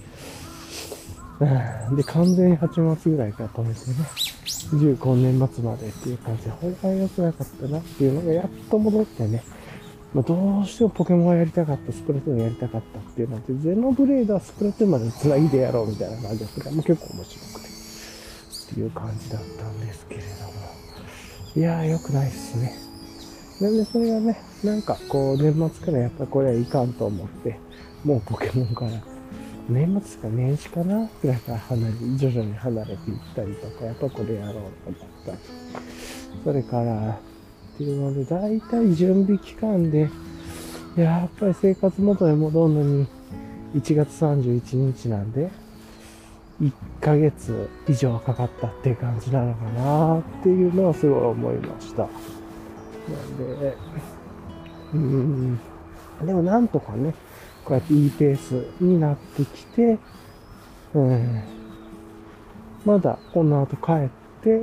で、完全に8月ぐらいから止めてね、15年末までっていう感じで、本当に良くなかったなっていうのがやっと戻ってね、まあ、どうしてもポケモンがやりたかった、スプラトゥーンやりたかったっていうので、ゼノブレードはスプラトゥーンまで繋いでやろうみたいな感じで、それも結構面白くて、っていう感じだったんですけれども。いやー、良くないっすね。なんでそれがね、なんかこう、年末からやっぱこれはいかんと思って、もうポケモンから、年末ですか年始かなくらいから徐々に離れていったりとか、やっぱこれやろうと思ったり。それから、っていうので、だいたい準備期間で、やっぱり生活元に戻るのに、1月31日なんで、1ヶ月以上かかったっていう感じなのかなっていうのはすごい思いました。なんで、でもなんとかね、こうやっていいペースになってきて、まだこの後帰って、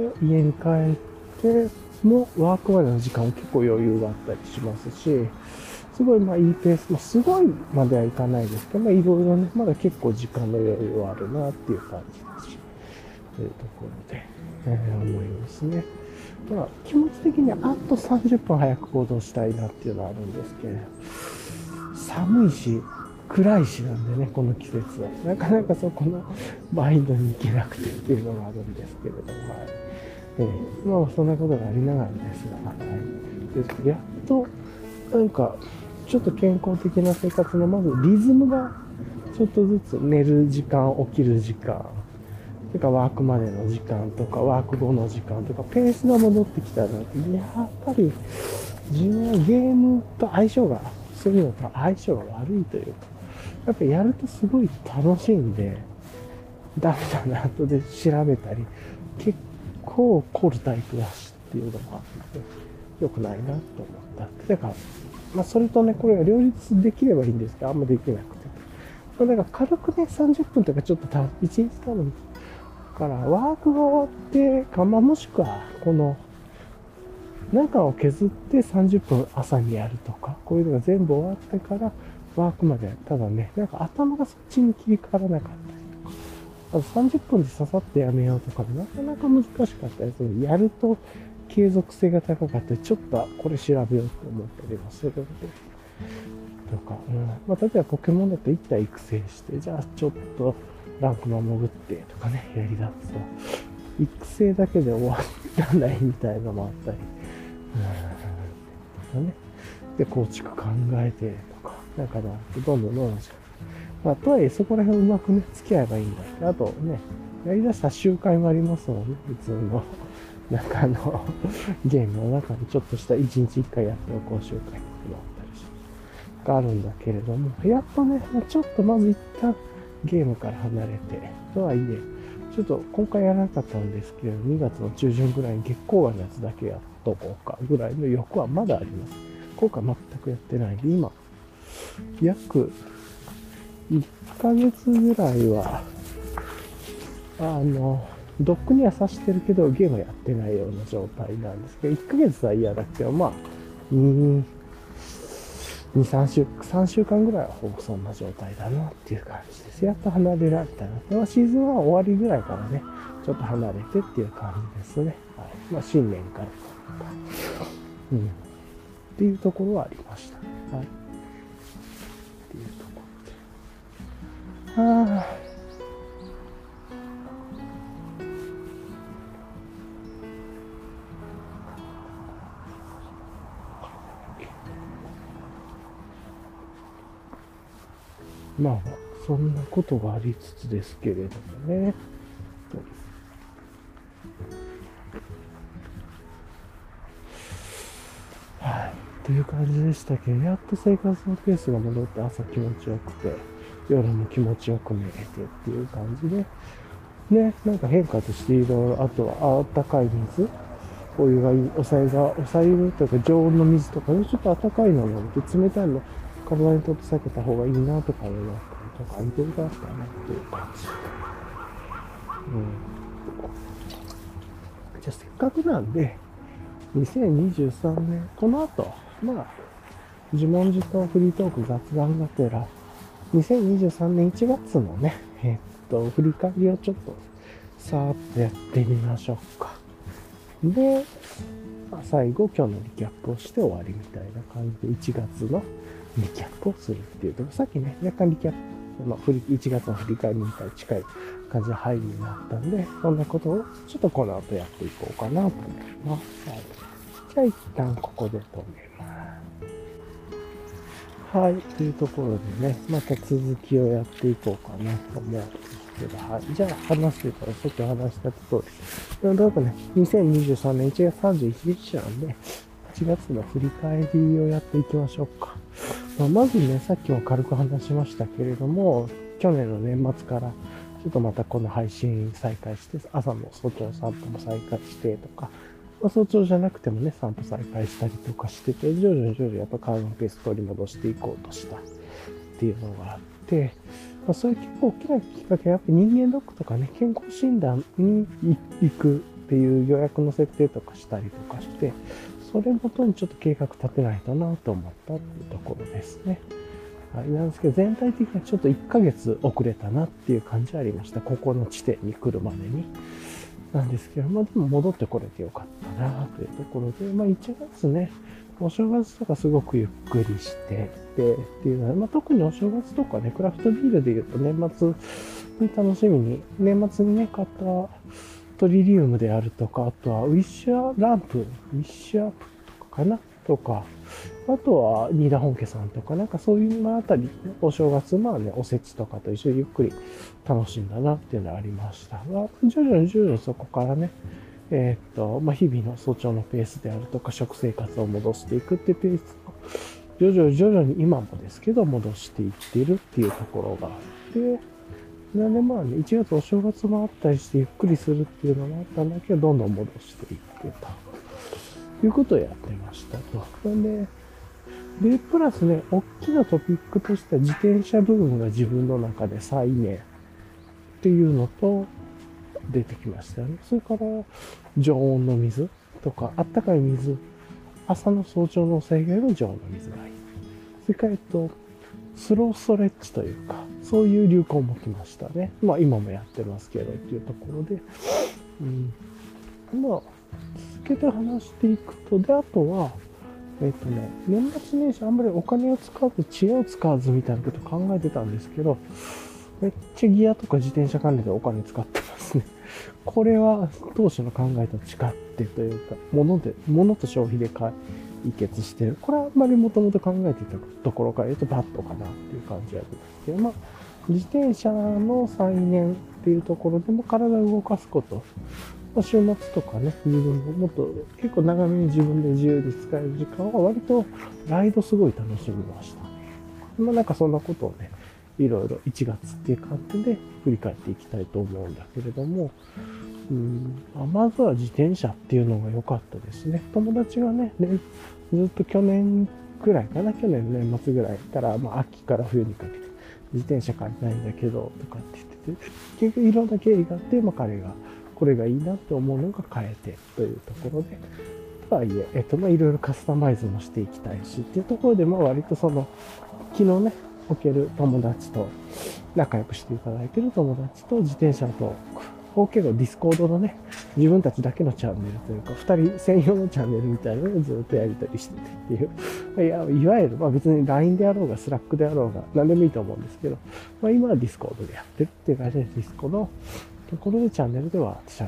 家に帰ってもワークまでの時間も結構余裕があったりしますし、すごいまあいいペース、まあ、すごいまではいかないですけど、まあいろいろね、まだ結構時間の余裕はあるなっていう感じだし、というところで、思いますね。まあ気持ち的にはあと30分早く行動したいなっていうのはあるんですけど、寒いし、暗いしなんでね、この季節は。なかなかそこのマインドに行けなくてっていうのがあるんですけれども、はい。まあそんなことがありながらですが、はい。でやっと、なんか、ちょっと健康的な生活のまずリズムがちょっとずつ寝る時間、起きる時間、てかワークまでの時間とか、ワーク後の時間とか、ペースが戻ってきたら、やっぱり自分はゲームと相性が、そういうのと相性が悪いというか、やっぱやるとすごい楽しいんで、ダメだな、後で調べたり、結構凝るタイプだしっていうのがあって、良くないなと思った。てか、まあそれとね、これが両立できればいいんですけど、あんまできなくて。だから軽くね、30分とかちょっと1日多分から、ワークが終わってか、まあもしくは、この、中を削って30分朝にやるとか、こういうのが全部終わってからワークまで、ただね、なんか頭がそっちに切り替わらなかったりとか、あと30分でささってやめようとかでなかなか難しかったりする。やると継続性が高かったり、ちょっとこれ調べようと思ったりもするので、とか、まあ、例えばポケモンだと1体育成して、じゃあちょっとランクも潜ってとかね、やりだすと、育成だけで終わらないみたいなのもあったり、ね。で、構築考えてとか、だから、どんどんまあ、とはいえ、そこら辺うまくね、付き合えばいいんだけど、あとね、やりだした習慣もありますもんね、普通の、なんかゲームの中でちょっとした1日1回やっておこう習慣っていうのがあったりしがあるんだけれども、やっとね、ちょっとまず一旦ゲームから離れて、とはいえ、ちょっと今回やらなかったんですけど、2月の中旬ぐらいに月光河のやつだけやっとこうかぐらいの欲はまだあります。効果全くやってないんで、今、約1ヶ月ぐらいは、ドックには挿してるけど、ゲームやってないような状態なんですけど、1ヶ月は嫌だけど、まあ、3週間ぐらいはほぼそんな状態だなっていう感じです。やっと離れられたな。まあ、シーズンは終わりぐらいからね、ちょっと離れてっていう感じですね。はい。まあ、新年から。っていうところはありました。はい。っていうところで。まあ、そんなことがありつつですけれどもね。はい。という感じでしたけど、やっと生活のペースが戻って朝気持ちよくて、夜も気持ちよく寝れてっていう感じで、ね、なんか変化としていろいろ、あとはあったかい水、お湯がいい、抑えるというか常温の水とかね、ちょっと温かいの飲んで冷たいの体にとって避けた方がいいなとか思いますとかいろいろあったなっていう感じ。じゃあせっかくなんで、2023年、この後、自問自答フリートーク雑談がてら、2023年1月のね、振り返りをちょっと、さーっとやってみましょうか。で、最後、今日のリキャップをして終わりみたいな感じで、1月のリキャップをするっていうと、さっきね、若干リキャップの1月の振り返りみたいに近い感じの入りになったんで、そんなことをちょっとこの後やっていこうかなと思います。はい。じゃあ一旦ここで止めます。はい。というところでね、また続きをやっていこうかなと思うんですけど、はい。じゃあ話してたら、さっき話した通り、なんとなくね、2023年1月31日なんで、1月の振り返りをやっていきましょうか。まずね、さっきも軽く話しましたけれども、去年の年末から、ちょっとまたこの配信再開して、朝の早朝散歩も再開してとか、早朝じゃなくてもね、散歩再開したりとかしてて、徐々にやっぱ体のペース取り戻していこうとしたっていうのがあって、そういう結構大きなきっかけはやっぱ人間ドックとかね、健康診断に行くっていう予約の設定とかしたりとかして、それごとにちょっと計画立てないとなと思ったっていうところですね。はい、なんですけど、全体的にはちょっと1ヶ月遅れたなっていう感じはありました。ここの地点に来るまでに。なんですけど、でも戻ってこれてよかったなというところで、1月ね、お正月とかすごくゆっくりしててっていうのは、特にお正月とかね、クラフトビールで言うと年末に楽しみに、年末にね、買ったトリリウムであるとか、あとはウィッシュランプ、ウィッシュアップとかかなとか、あとは新田本家さんとか、なんかそういうのあたり、お正月、おせちとかと一緒にゆっくり楽しんだなっていうのはありましたが、徐々にそこからね、日々の早朝のペースであるとか、食生活を戻していくっていうペースを、徐々に今もですけど、戻していっているっていうところがあって、なんで1月お正月もあったりしてゆっくりするっていうのもあったんだけど、どんどん戻していってた。ということをやってましたと。なんで、プラスね、大きなトピックとしては自転車部分が自分の中で再燃っていうのと出てきましたよね。それから、常温の水とか、あったかい水、朝の早朝の制限の常温の水がいい。それから、スローストレッチというか、そういう流行も来ましたね。今もやってますけどっていうところで、続けて話していくと、で、あとは、年末年始あんまりお金を使わず、知恵を使わずみたいなことを考えてたんですけど、めっちゃギアとか自転車関連でお金使ってますね。これは当初の考えと違ってというか、物と消費で解決してる。これはあんまりもともと考えていたところから言うとバットかなっていう感じはありますけど、自転車の再燃っていうところでも体を動かすこと、週末とかね、自分ももっと結構長めに自分で自由に使える時間は割とライドすごい楽しみましたね。なんかそんなことをね、いろいろ1月っていう感じで振り返っていきたいと思うんだけれども、まずは自転車っていうのが良かったですね。友達がね、ずっと去年ぐらいかな、去年の年末ぐらいから、秋から冬にかけて自転車買いたいんだけど、とかって言ってて、結局いろんな経緯があって、彼がこれがいいなって思うのが変えてというところで、とはいえ、いろいろカスタマイズもしていきたいしっていうところで、割と昨日ね、おける友達と、仲良くしていただいている友達と自転車のトークを結構ディスコードのね、自分たちだけのチャンネルというか、二人専用のチャンネルみたいなのをずっとやり取りしててっていう。いわゆる、別に LINE であろうが、スラックであろうが、何でもいいと思うんですけど、今はディスコードでやってるっていう感じで、ディスコのところでチャンネルでは喋って、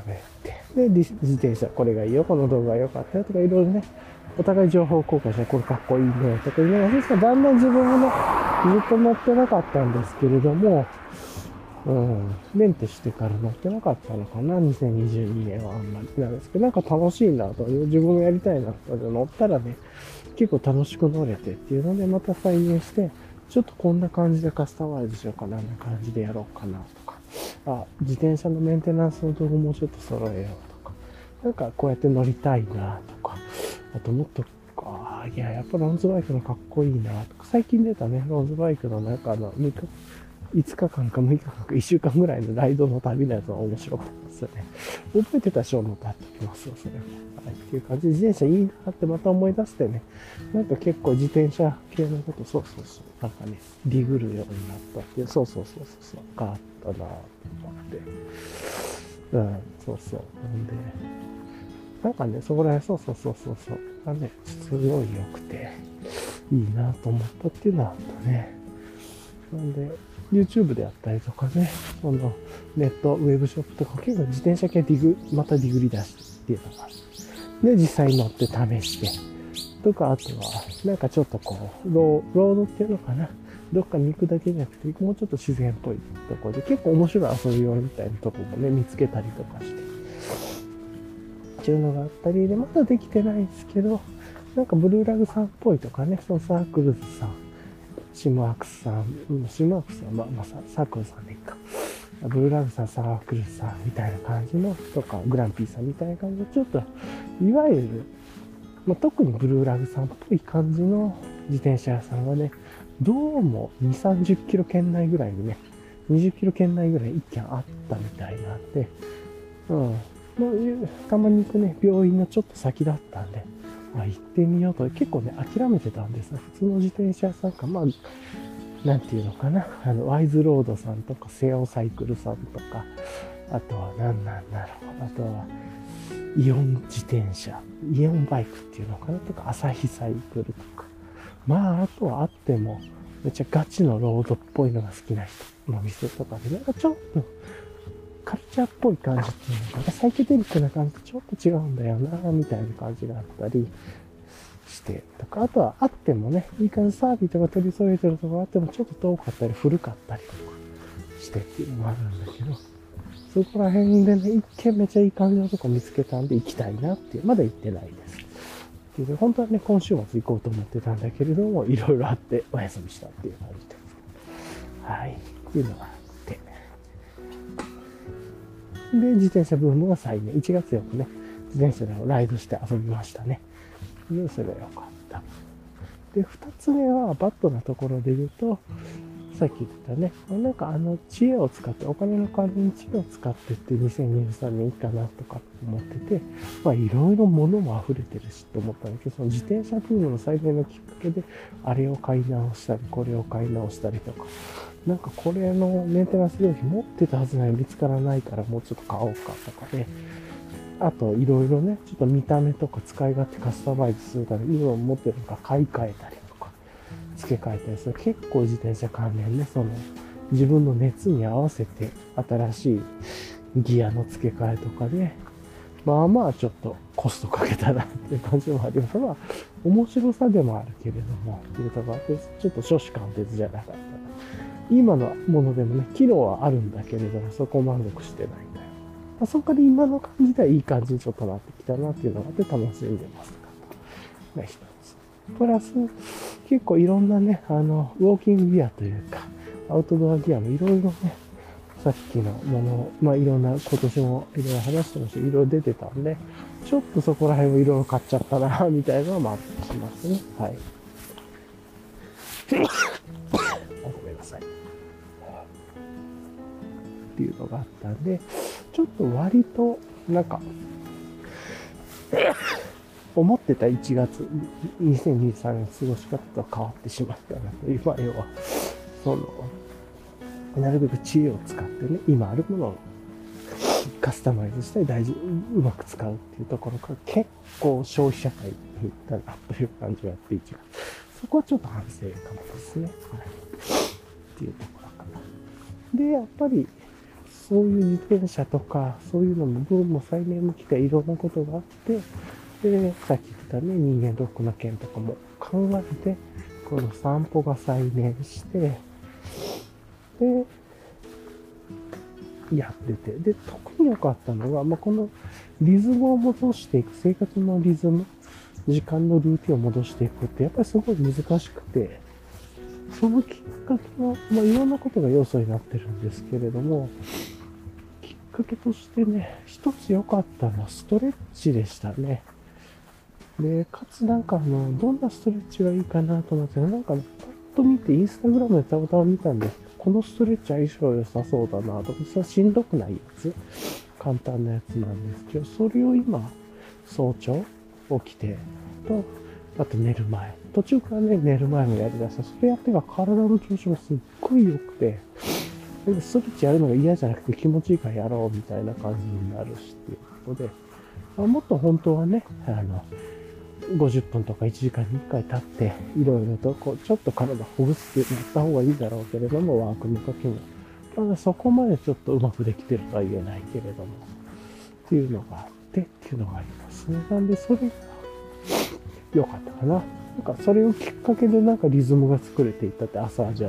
で、自転車これがいいよ、この動画が良かったよとか、いろいろね、お互い情報交換して、これかっこいいね、とか言いながら、ですからだんだん自分もね、ずっと乗ってなかったんですけれども、メンテしてから乗ってなかったのかな、2022年はあんまりなんですけど、なんか楽しいなと、自分もやりたいなと、乗ったらね、結構楽しく乗れてっていうので、また再現して、ちょっとこんな感じでカスタマイズしようかな、あんな感じでやろうかなとか、自転車のメンテナンスの動画もうちょっと揃えようとか、なんかこうやって乗りたいなとか、あともっと、やっぱロンズバイクのかっこいいなとか、最近出たね、ロンズバイクの中の 5日間か6日間か1週間ぐらいのライドの旅のやつは面白かったですよね。覚えてたショーノートあってきますよ、それも。はい、っていう感じで、自転車いいなってまた思い出してね、なんか結構自転車系のこと、そうそうそう、なんかね、ディグるようになったっていう、そうそうそうそう、があったなぁと思って。うん、そうそう。なんで、なんかね、そこら辺、そうそうそうそうそう、がね、すごい良くて、いいなと思ったっていうのはあったね。なんで、YouTube であったりとかね、そのネット、ウェブショップとか結構自転車系またディグり出してっていうのがあって、で、実際乗って試して、とか、あとは、なんかちょっとこう、ロードっていうのかな。どっかに行くだけじゃなくて、もうちょっと自然っぽいところで、結構面白い遊び用みたいなところもね、見つけたりとかして、っていうのがあったりで、まだできてないですけど、なんかブルーラグさんっぽいとかね、そのサークルズさん、シムアクスさん、シムアクスはまあ、サークルさんでいいか。ブルーラグさん、サークルさんみたいな感じの、とか、グランピーさんみたいな感じの、ちょっと、いわゆる、まあ、特にブルーラグさんっぽい感じの自転車屋さんはね、どうも2、30キロ圏内ぐらいにね、20キロ圏内ぐらい一軒あったみたいなんで、うん。まあ、たまに行くね、病院のちょっと先だったんで、行ってみようと、結構ね、諦めてたんですよ。普通の自転車屋さんか、まあ、なんていうのかな、ワイズロードさんとか、セオサイクルさんとか、あとは何なんだろう、あとは、イオン自転車、イオンバイクっていうのかなとか、朝日サイクルとか。まあ、あとはあっても、めっちゃガチのロードっぽいのが好きな人の店とかで、なんかちょっと、カルチャーっぽい感じっていうのかな、サイケデリックな感じとちょっと違うんだよな、みたいな感じがあったりしてとか、あとはあってもね、いい感じサービスとか取り添えてるところあってもちょっと遠かったり古かったりとかしてっていうのもあるんだけど、そこら辺でね、一見めちゃいい感じのとこ見つけたんで行きたいなっていう、まだ行ってないです。で本当はね、今週末行こうと思ってたんだけれども、いろいろあってお休みしたっていう感じで。はい。っていうのがあって。で、自転車ブームが再燃。1月よくね、自転車でライドして遊びましたね。で、それが良かった。で、2つ目は、バットなところで言うと、さっき言ったね、なんか知恵を使って、お金の代わりに知恵を使ってって2023年いいかなとか思ってて、まあいろいろ物も溢れてるしと思ったんだけど、その自転車ブームの再燃のきっかけで、あれを買い直したり、これを買い直したりとか、なんかこれのメンテナンス料品持ってたはずなのに見つからないからもうちょっと買おうかとかね、あといろいろね、ちょっと見た目とか使い勝手カスタマイズするために、今持ってるのか買い替えたり、付け替えたりする。結構自転車関連ね、その自分の熱に合わせて新しいギアの付け替えとかで、まあまあちょっとコストかけたなっていう感じもあります。まあ面白さでもあるけれども、っていうところでちょっと初志貫徹じゃなかったな。今のものでもね、機能はあるんだけれども、そこ満足してないんだよ。まあ、そこから今の感じではいい感じにちょっとなってきたなっていうのがあって楽しんでますが一つ。プラス、結構いろんなね、ウォーキングギアというか、アウトドアギアもいろいろね、さっきのもの、まあいろんな、今年もいろいろ話してましたけど、いろいろ出てたんで、ちょっとそこら辺もいろいろ買っちゃったな、みたいなのもあったりしますね。はい。ごめんなさい。っていうのがあったんで、ちょっと割と、なんか、思ってた1月、2023年過ごし方と変わってしまったなという、まあ要は、その、なるべく知恵を使ってね、今あるものをカスタマイズしてうまく使うっていうところから結構消費社会に行ったなという感じがあって1月。そこはちょっと反省かもですね。はい。っていうところかな。で、やっぱり、そういう自転車とか、そういうのもブームも再燃向きでいろんなことがあって、で、さっき言ったね、人間ドックの件とかも考えて、この散歩が再燃して、で、やってて、で、特に良かったのが、まあ、このリズムを戻していく、生活のリズム、時間のルーティンを戻していくって、やっぱりすごい難しくて、そのきっかけは、まあ、いろんなことが要素になってるんですけれども、きっかけとしてね、一つ良かったのはストレッチでしたね。で、かつなんかどんなストレッチがいいかなと思って、なんか、 と見て、インスタグラムでたまたま見たんですけど、このストレッチ相性良さそうだなと。それしんどくないやつ、簡単なやつなんですけど、それを今、早朝起きてと、あと寝る前。途中からね、寝る前もやりだした。それやってから体の調子もすっごい良くて、ストレッチやるのが嫌じゃなくて気持ちいいからやろうみたいな感じになるしっていうことで、もっと本当はね、50分とか1時間に1回経って、いろいろとこう、ちょっと体ほぐすってやった方がいいだろうけれども、ワークの時も。まだそこまでちょっとうまくできてるとは言えないけれども、っていうのがあってっていうのがありますね。なんで、それが良かったかな。なんか、それをきっかけでなんかリズムが作れていったって、朝じゃあ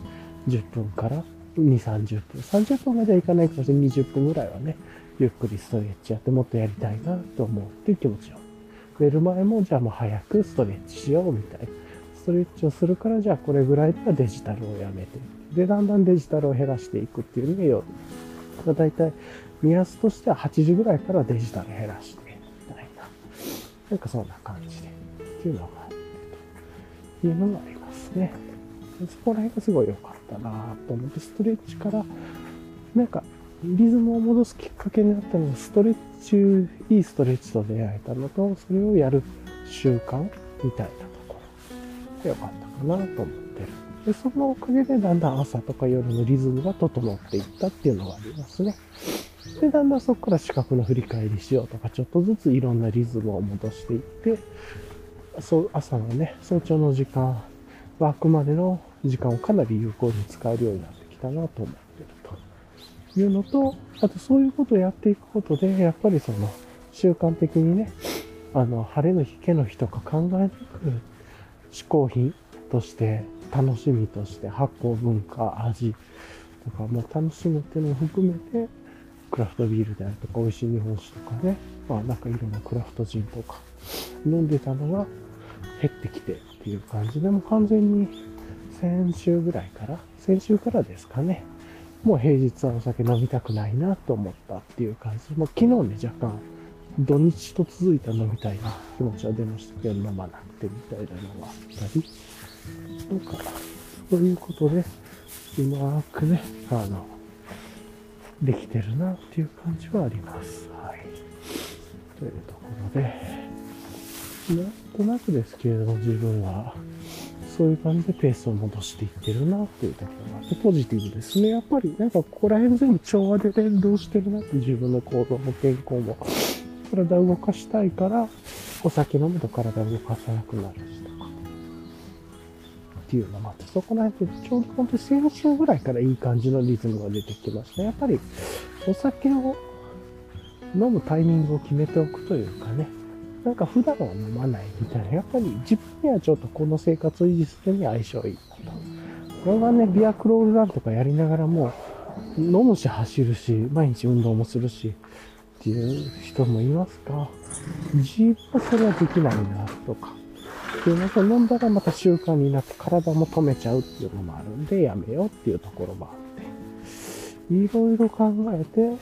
30分から2、30分。30分まではいかないかもしれない。20分ぐらいはね、ゆっくりストレッチやってもっとやりたいなと思うっていう気持ちを。寝る前もじゃあもう早くストレッチしようみたいな。ストレッチをするからじゃあこれぐらいではデジタルをやめて。で、だんだんデジタルを減らしていくっていうのがよ。だいたい目安としては8時ぐらいからデジタル減らしてみたいな。なんかそんな感じで。っていうのがあるというのがありますね。そこら辺がすごい良かったなと思って、ストレッチからなんかリズムを戻すきっかけになったのが、ストレッチ、いいストレッチと出会えたのと、それをやる習慣みたいなところで良かったかなと思ってる。で、そのおかげでだんだん朝とか夜のリズムが整っていったっていうのがありますね。で、だんだんそこから視覚の振り返りしようとか、ちょっとずついろんなリズムを戻していって、朝のね、早朝の時間、ワークまでの時間をかなり有効に使えるようになってきたなと思ってるというのと、あとそういうことをやっていくことで、やっぱりその習慣的にね、晴れの日、毛の日とか考えなく嗜好品として、楽しみとして発酵文化、味とかも楽しむっていうのも含めて、クラフトビールであるとか、美味しい日本酒とかね、なんかいろんなクラフトジンとか飲んでたのが減ってきてっていう感じで、もう完全に先週からですかね、もう平日はお酒飲みたくないなと思ったっていう感じで、もう昨日ね、若干土日と続いた飲みたいな気持ちは出ましたけど、飲まなくてみたいなのがあったり、なんか、そういうことで、うまくね、できてるなっていう感じはあります。はい。というところで、なんとなくですけれども、自分は、そういう感じでペースを戻していってるなっていうところがあって、ポジティブですね。やっぱり、なんかここら辺全部調和で連動してるなって、自分の行動も健康も。体を動かしたいから、お酒飲むと体を動かさなくなるしとか。っていうのもあって、そこら辺でちょうど本当に先週ぐらいからいい感じのリズムが出てきました。やっぱり、お酒を飲むタイミングを決めておくというかね、なんか普段は飲まないみたいな、やっぱり自分にはちょっとこの生活を維持するには相性いいなと。これはね、ビアクロールランとかやりながらも、飲むし走るし、毎日運動もするし、っていう人もいますが、自分はそれはできないなとか、っていうのと飲んだらまた習慣になって体も止めちゃうっていうのもあるんで、やめようっていうところもあって、いろいろ考えて、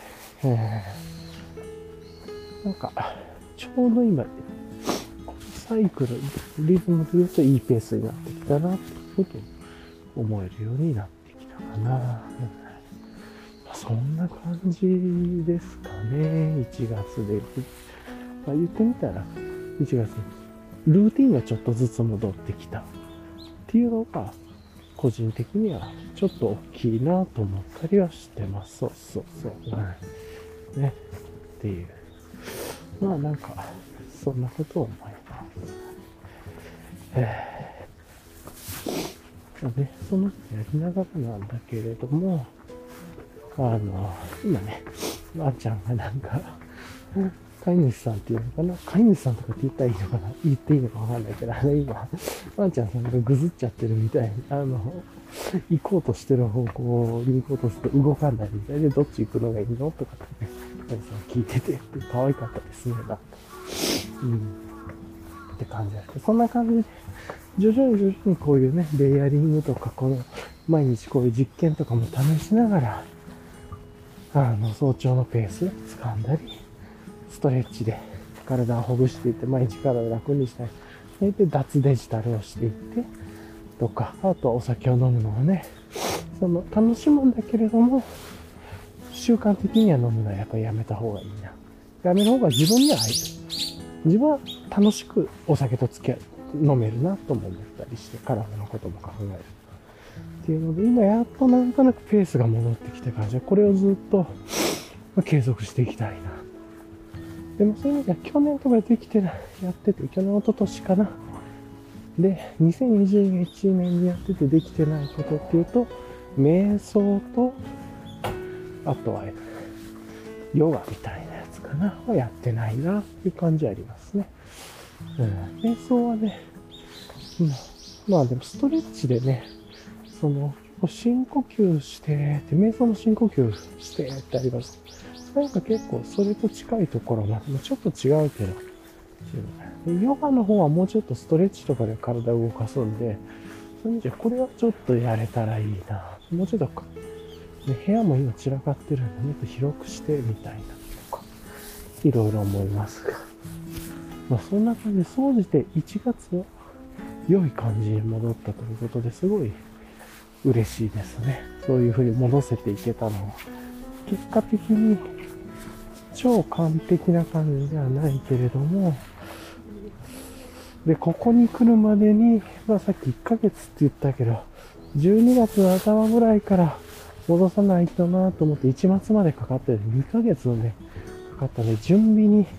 なんか、ちょうど今、サイクル、リズムで言うといいペースになってきたな、っていうことを思えるようになってきたかな。そんな感じですかね、1月で。言ってみたら、1月にルーティンがちょっとずつ戻ってきたっていうのが、個人的にはちょっと大きいなと思ったりはしてます。そう。ね。っていう。なんか、そんなことを思います。ね、そのやりながらなんだけれども、今ね、ワンちゃんがなんか、飼い主さんっていうのかな、飼い主さんとかって言ったらいいのかな、言っていいのかわかんないけど、今、ワンちゃんさんがぐずっちゃってるみたいに、行こうとしてる方向に行こうとすると動かないみたいで、どっち行くのがいいのとかってね、飼い主さん聞いてて、可愛かったですね、って感じだけど、そんな感じで、徐々にこういうね、レイヤリングとか、この、毎日こういう実験とかも試しながら、早朝のペース掴んだり、ストレッチで体をほぐしていって、毎日体を楽にしたり、で、脱デジタルをしていって、 とか、あとはお酒を飲むのはね、楽しむんだけれども、習慣的には飲むのはやっぱりやめた方がいいな。やめる方が自分には合える。自分は楽しくお酒と付き合う、飲めるなとも思ったりして、体のことも考える。っていうので、今やっとなんとなくペースが戻ってきた感じで、これをずっと継続していきたいな。でもそういう意味では去年とかできてない、やってて、去年、一昨年かな。で、2021年にやっててできてないことっていうと、瞑想と、あとは、ヨガみたいなやつかな。はやってないなっていう感じありますね。瞑想はね、まあでもストレッチでね、深呼吸してって、瞑想の深呼吸してってあります。なんか結構それと近いところもちょっと違うけど、ヨガの方はもうちょっとストレッチとかで体を動かすんで、そういう意味じゃこれはちょっとやれたらいいな。もうちょっと、ね、部屋も今散らかってるんで、もっと広くしてみたいなとか、いろいろ思いますが。まあそんな感じで、総じて1月は良い感じに戻ったということですごい嬉しいですね。そういう風に戻せていけたのは。結果的に超完璧な感じではないけれども、で、ここに来るまでに、まあさっき1ヶ月って言ったけど、12月の頭ぐらいから戻さないとなと思って1月までかかって2ヶ月をね、かかったね。準備に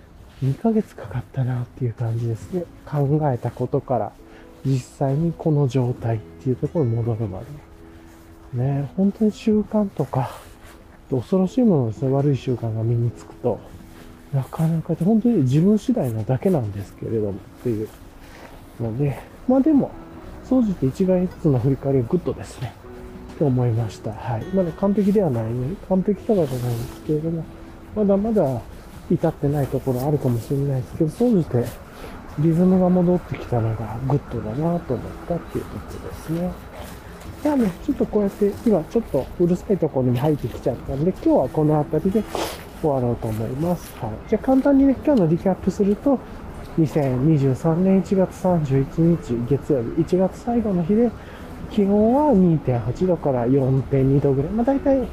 2ヶ月かかったなっていう感じですね。考えたことから実際にこの状態っていうところに戻るまで。ね、本当に習慣とか、恐ろしいものですね。悪い習慣が身につくと。なかなか本当に自分次第なだけなんですけれども、っていうので、まあでも、総じて1月の振り返りはグッドですね。と思いました。はい。まだ完璧ではないね。完璧とかじゃないんですけれども、まだまだ至ってないところあるかもしれないですけど、総じてリズムが戻ってきたのがグッドだなと思ったっていうことですね。じゃあね、ちょっとこうやって今ちょっとうるさいところに入ってきちゃったんで、今日はこの辺りで終わろうと思います。はい。じゃあ簡単にね、今日のリキャップすると、2023年1月31日月曜日、1月最後の日で、気温は 2.8 度から 4.2 度ぐらい。まあ大体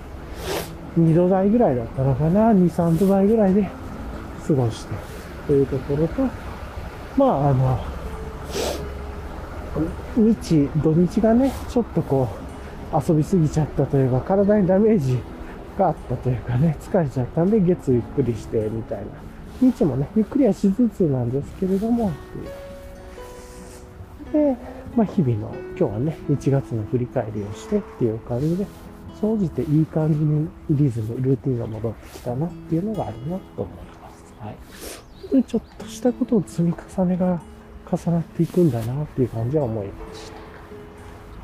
2度台ぐらいだったのかな。2、3度台ぐらいで過ごしてというところと、まあ土日がね、ちょっとこう、遊びすぎちゃったというか、体にダメージがあったというかね、疲れちゃったんで、月ゆっくりして、みたいな。日もね、ゆっくりはしつつなんですけれども、で、まあ日々の、今日はね、1月の振り返りをしてっていう感じで、総じていい感じにリズム、ルーティンが戻ってきたなっていうのがあるなと思います。はい。でちょっとしたことの積み重ねが重なっていくんだなっていう感じは思いました。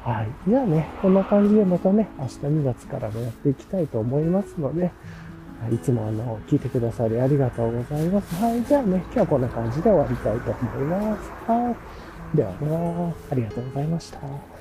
はい。じゃあね、こんな感じでまたね、明日2月からもやっていきたいと思いますので、いつも聞いてくださりありがとうございます。はい。じゃあね、今日はこんな感じで終わりたいと思います。はい。では、ありがとうございました。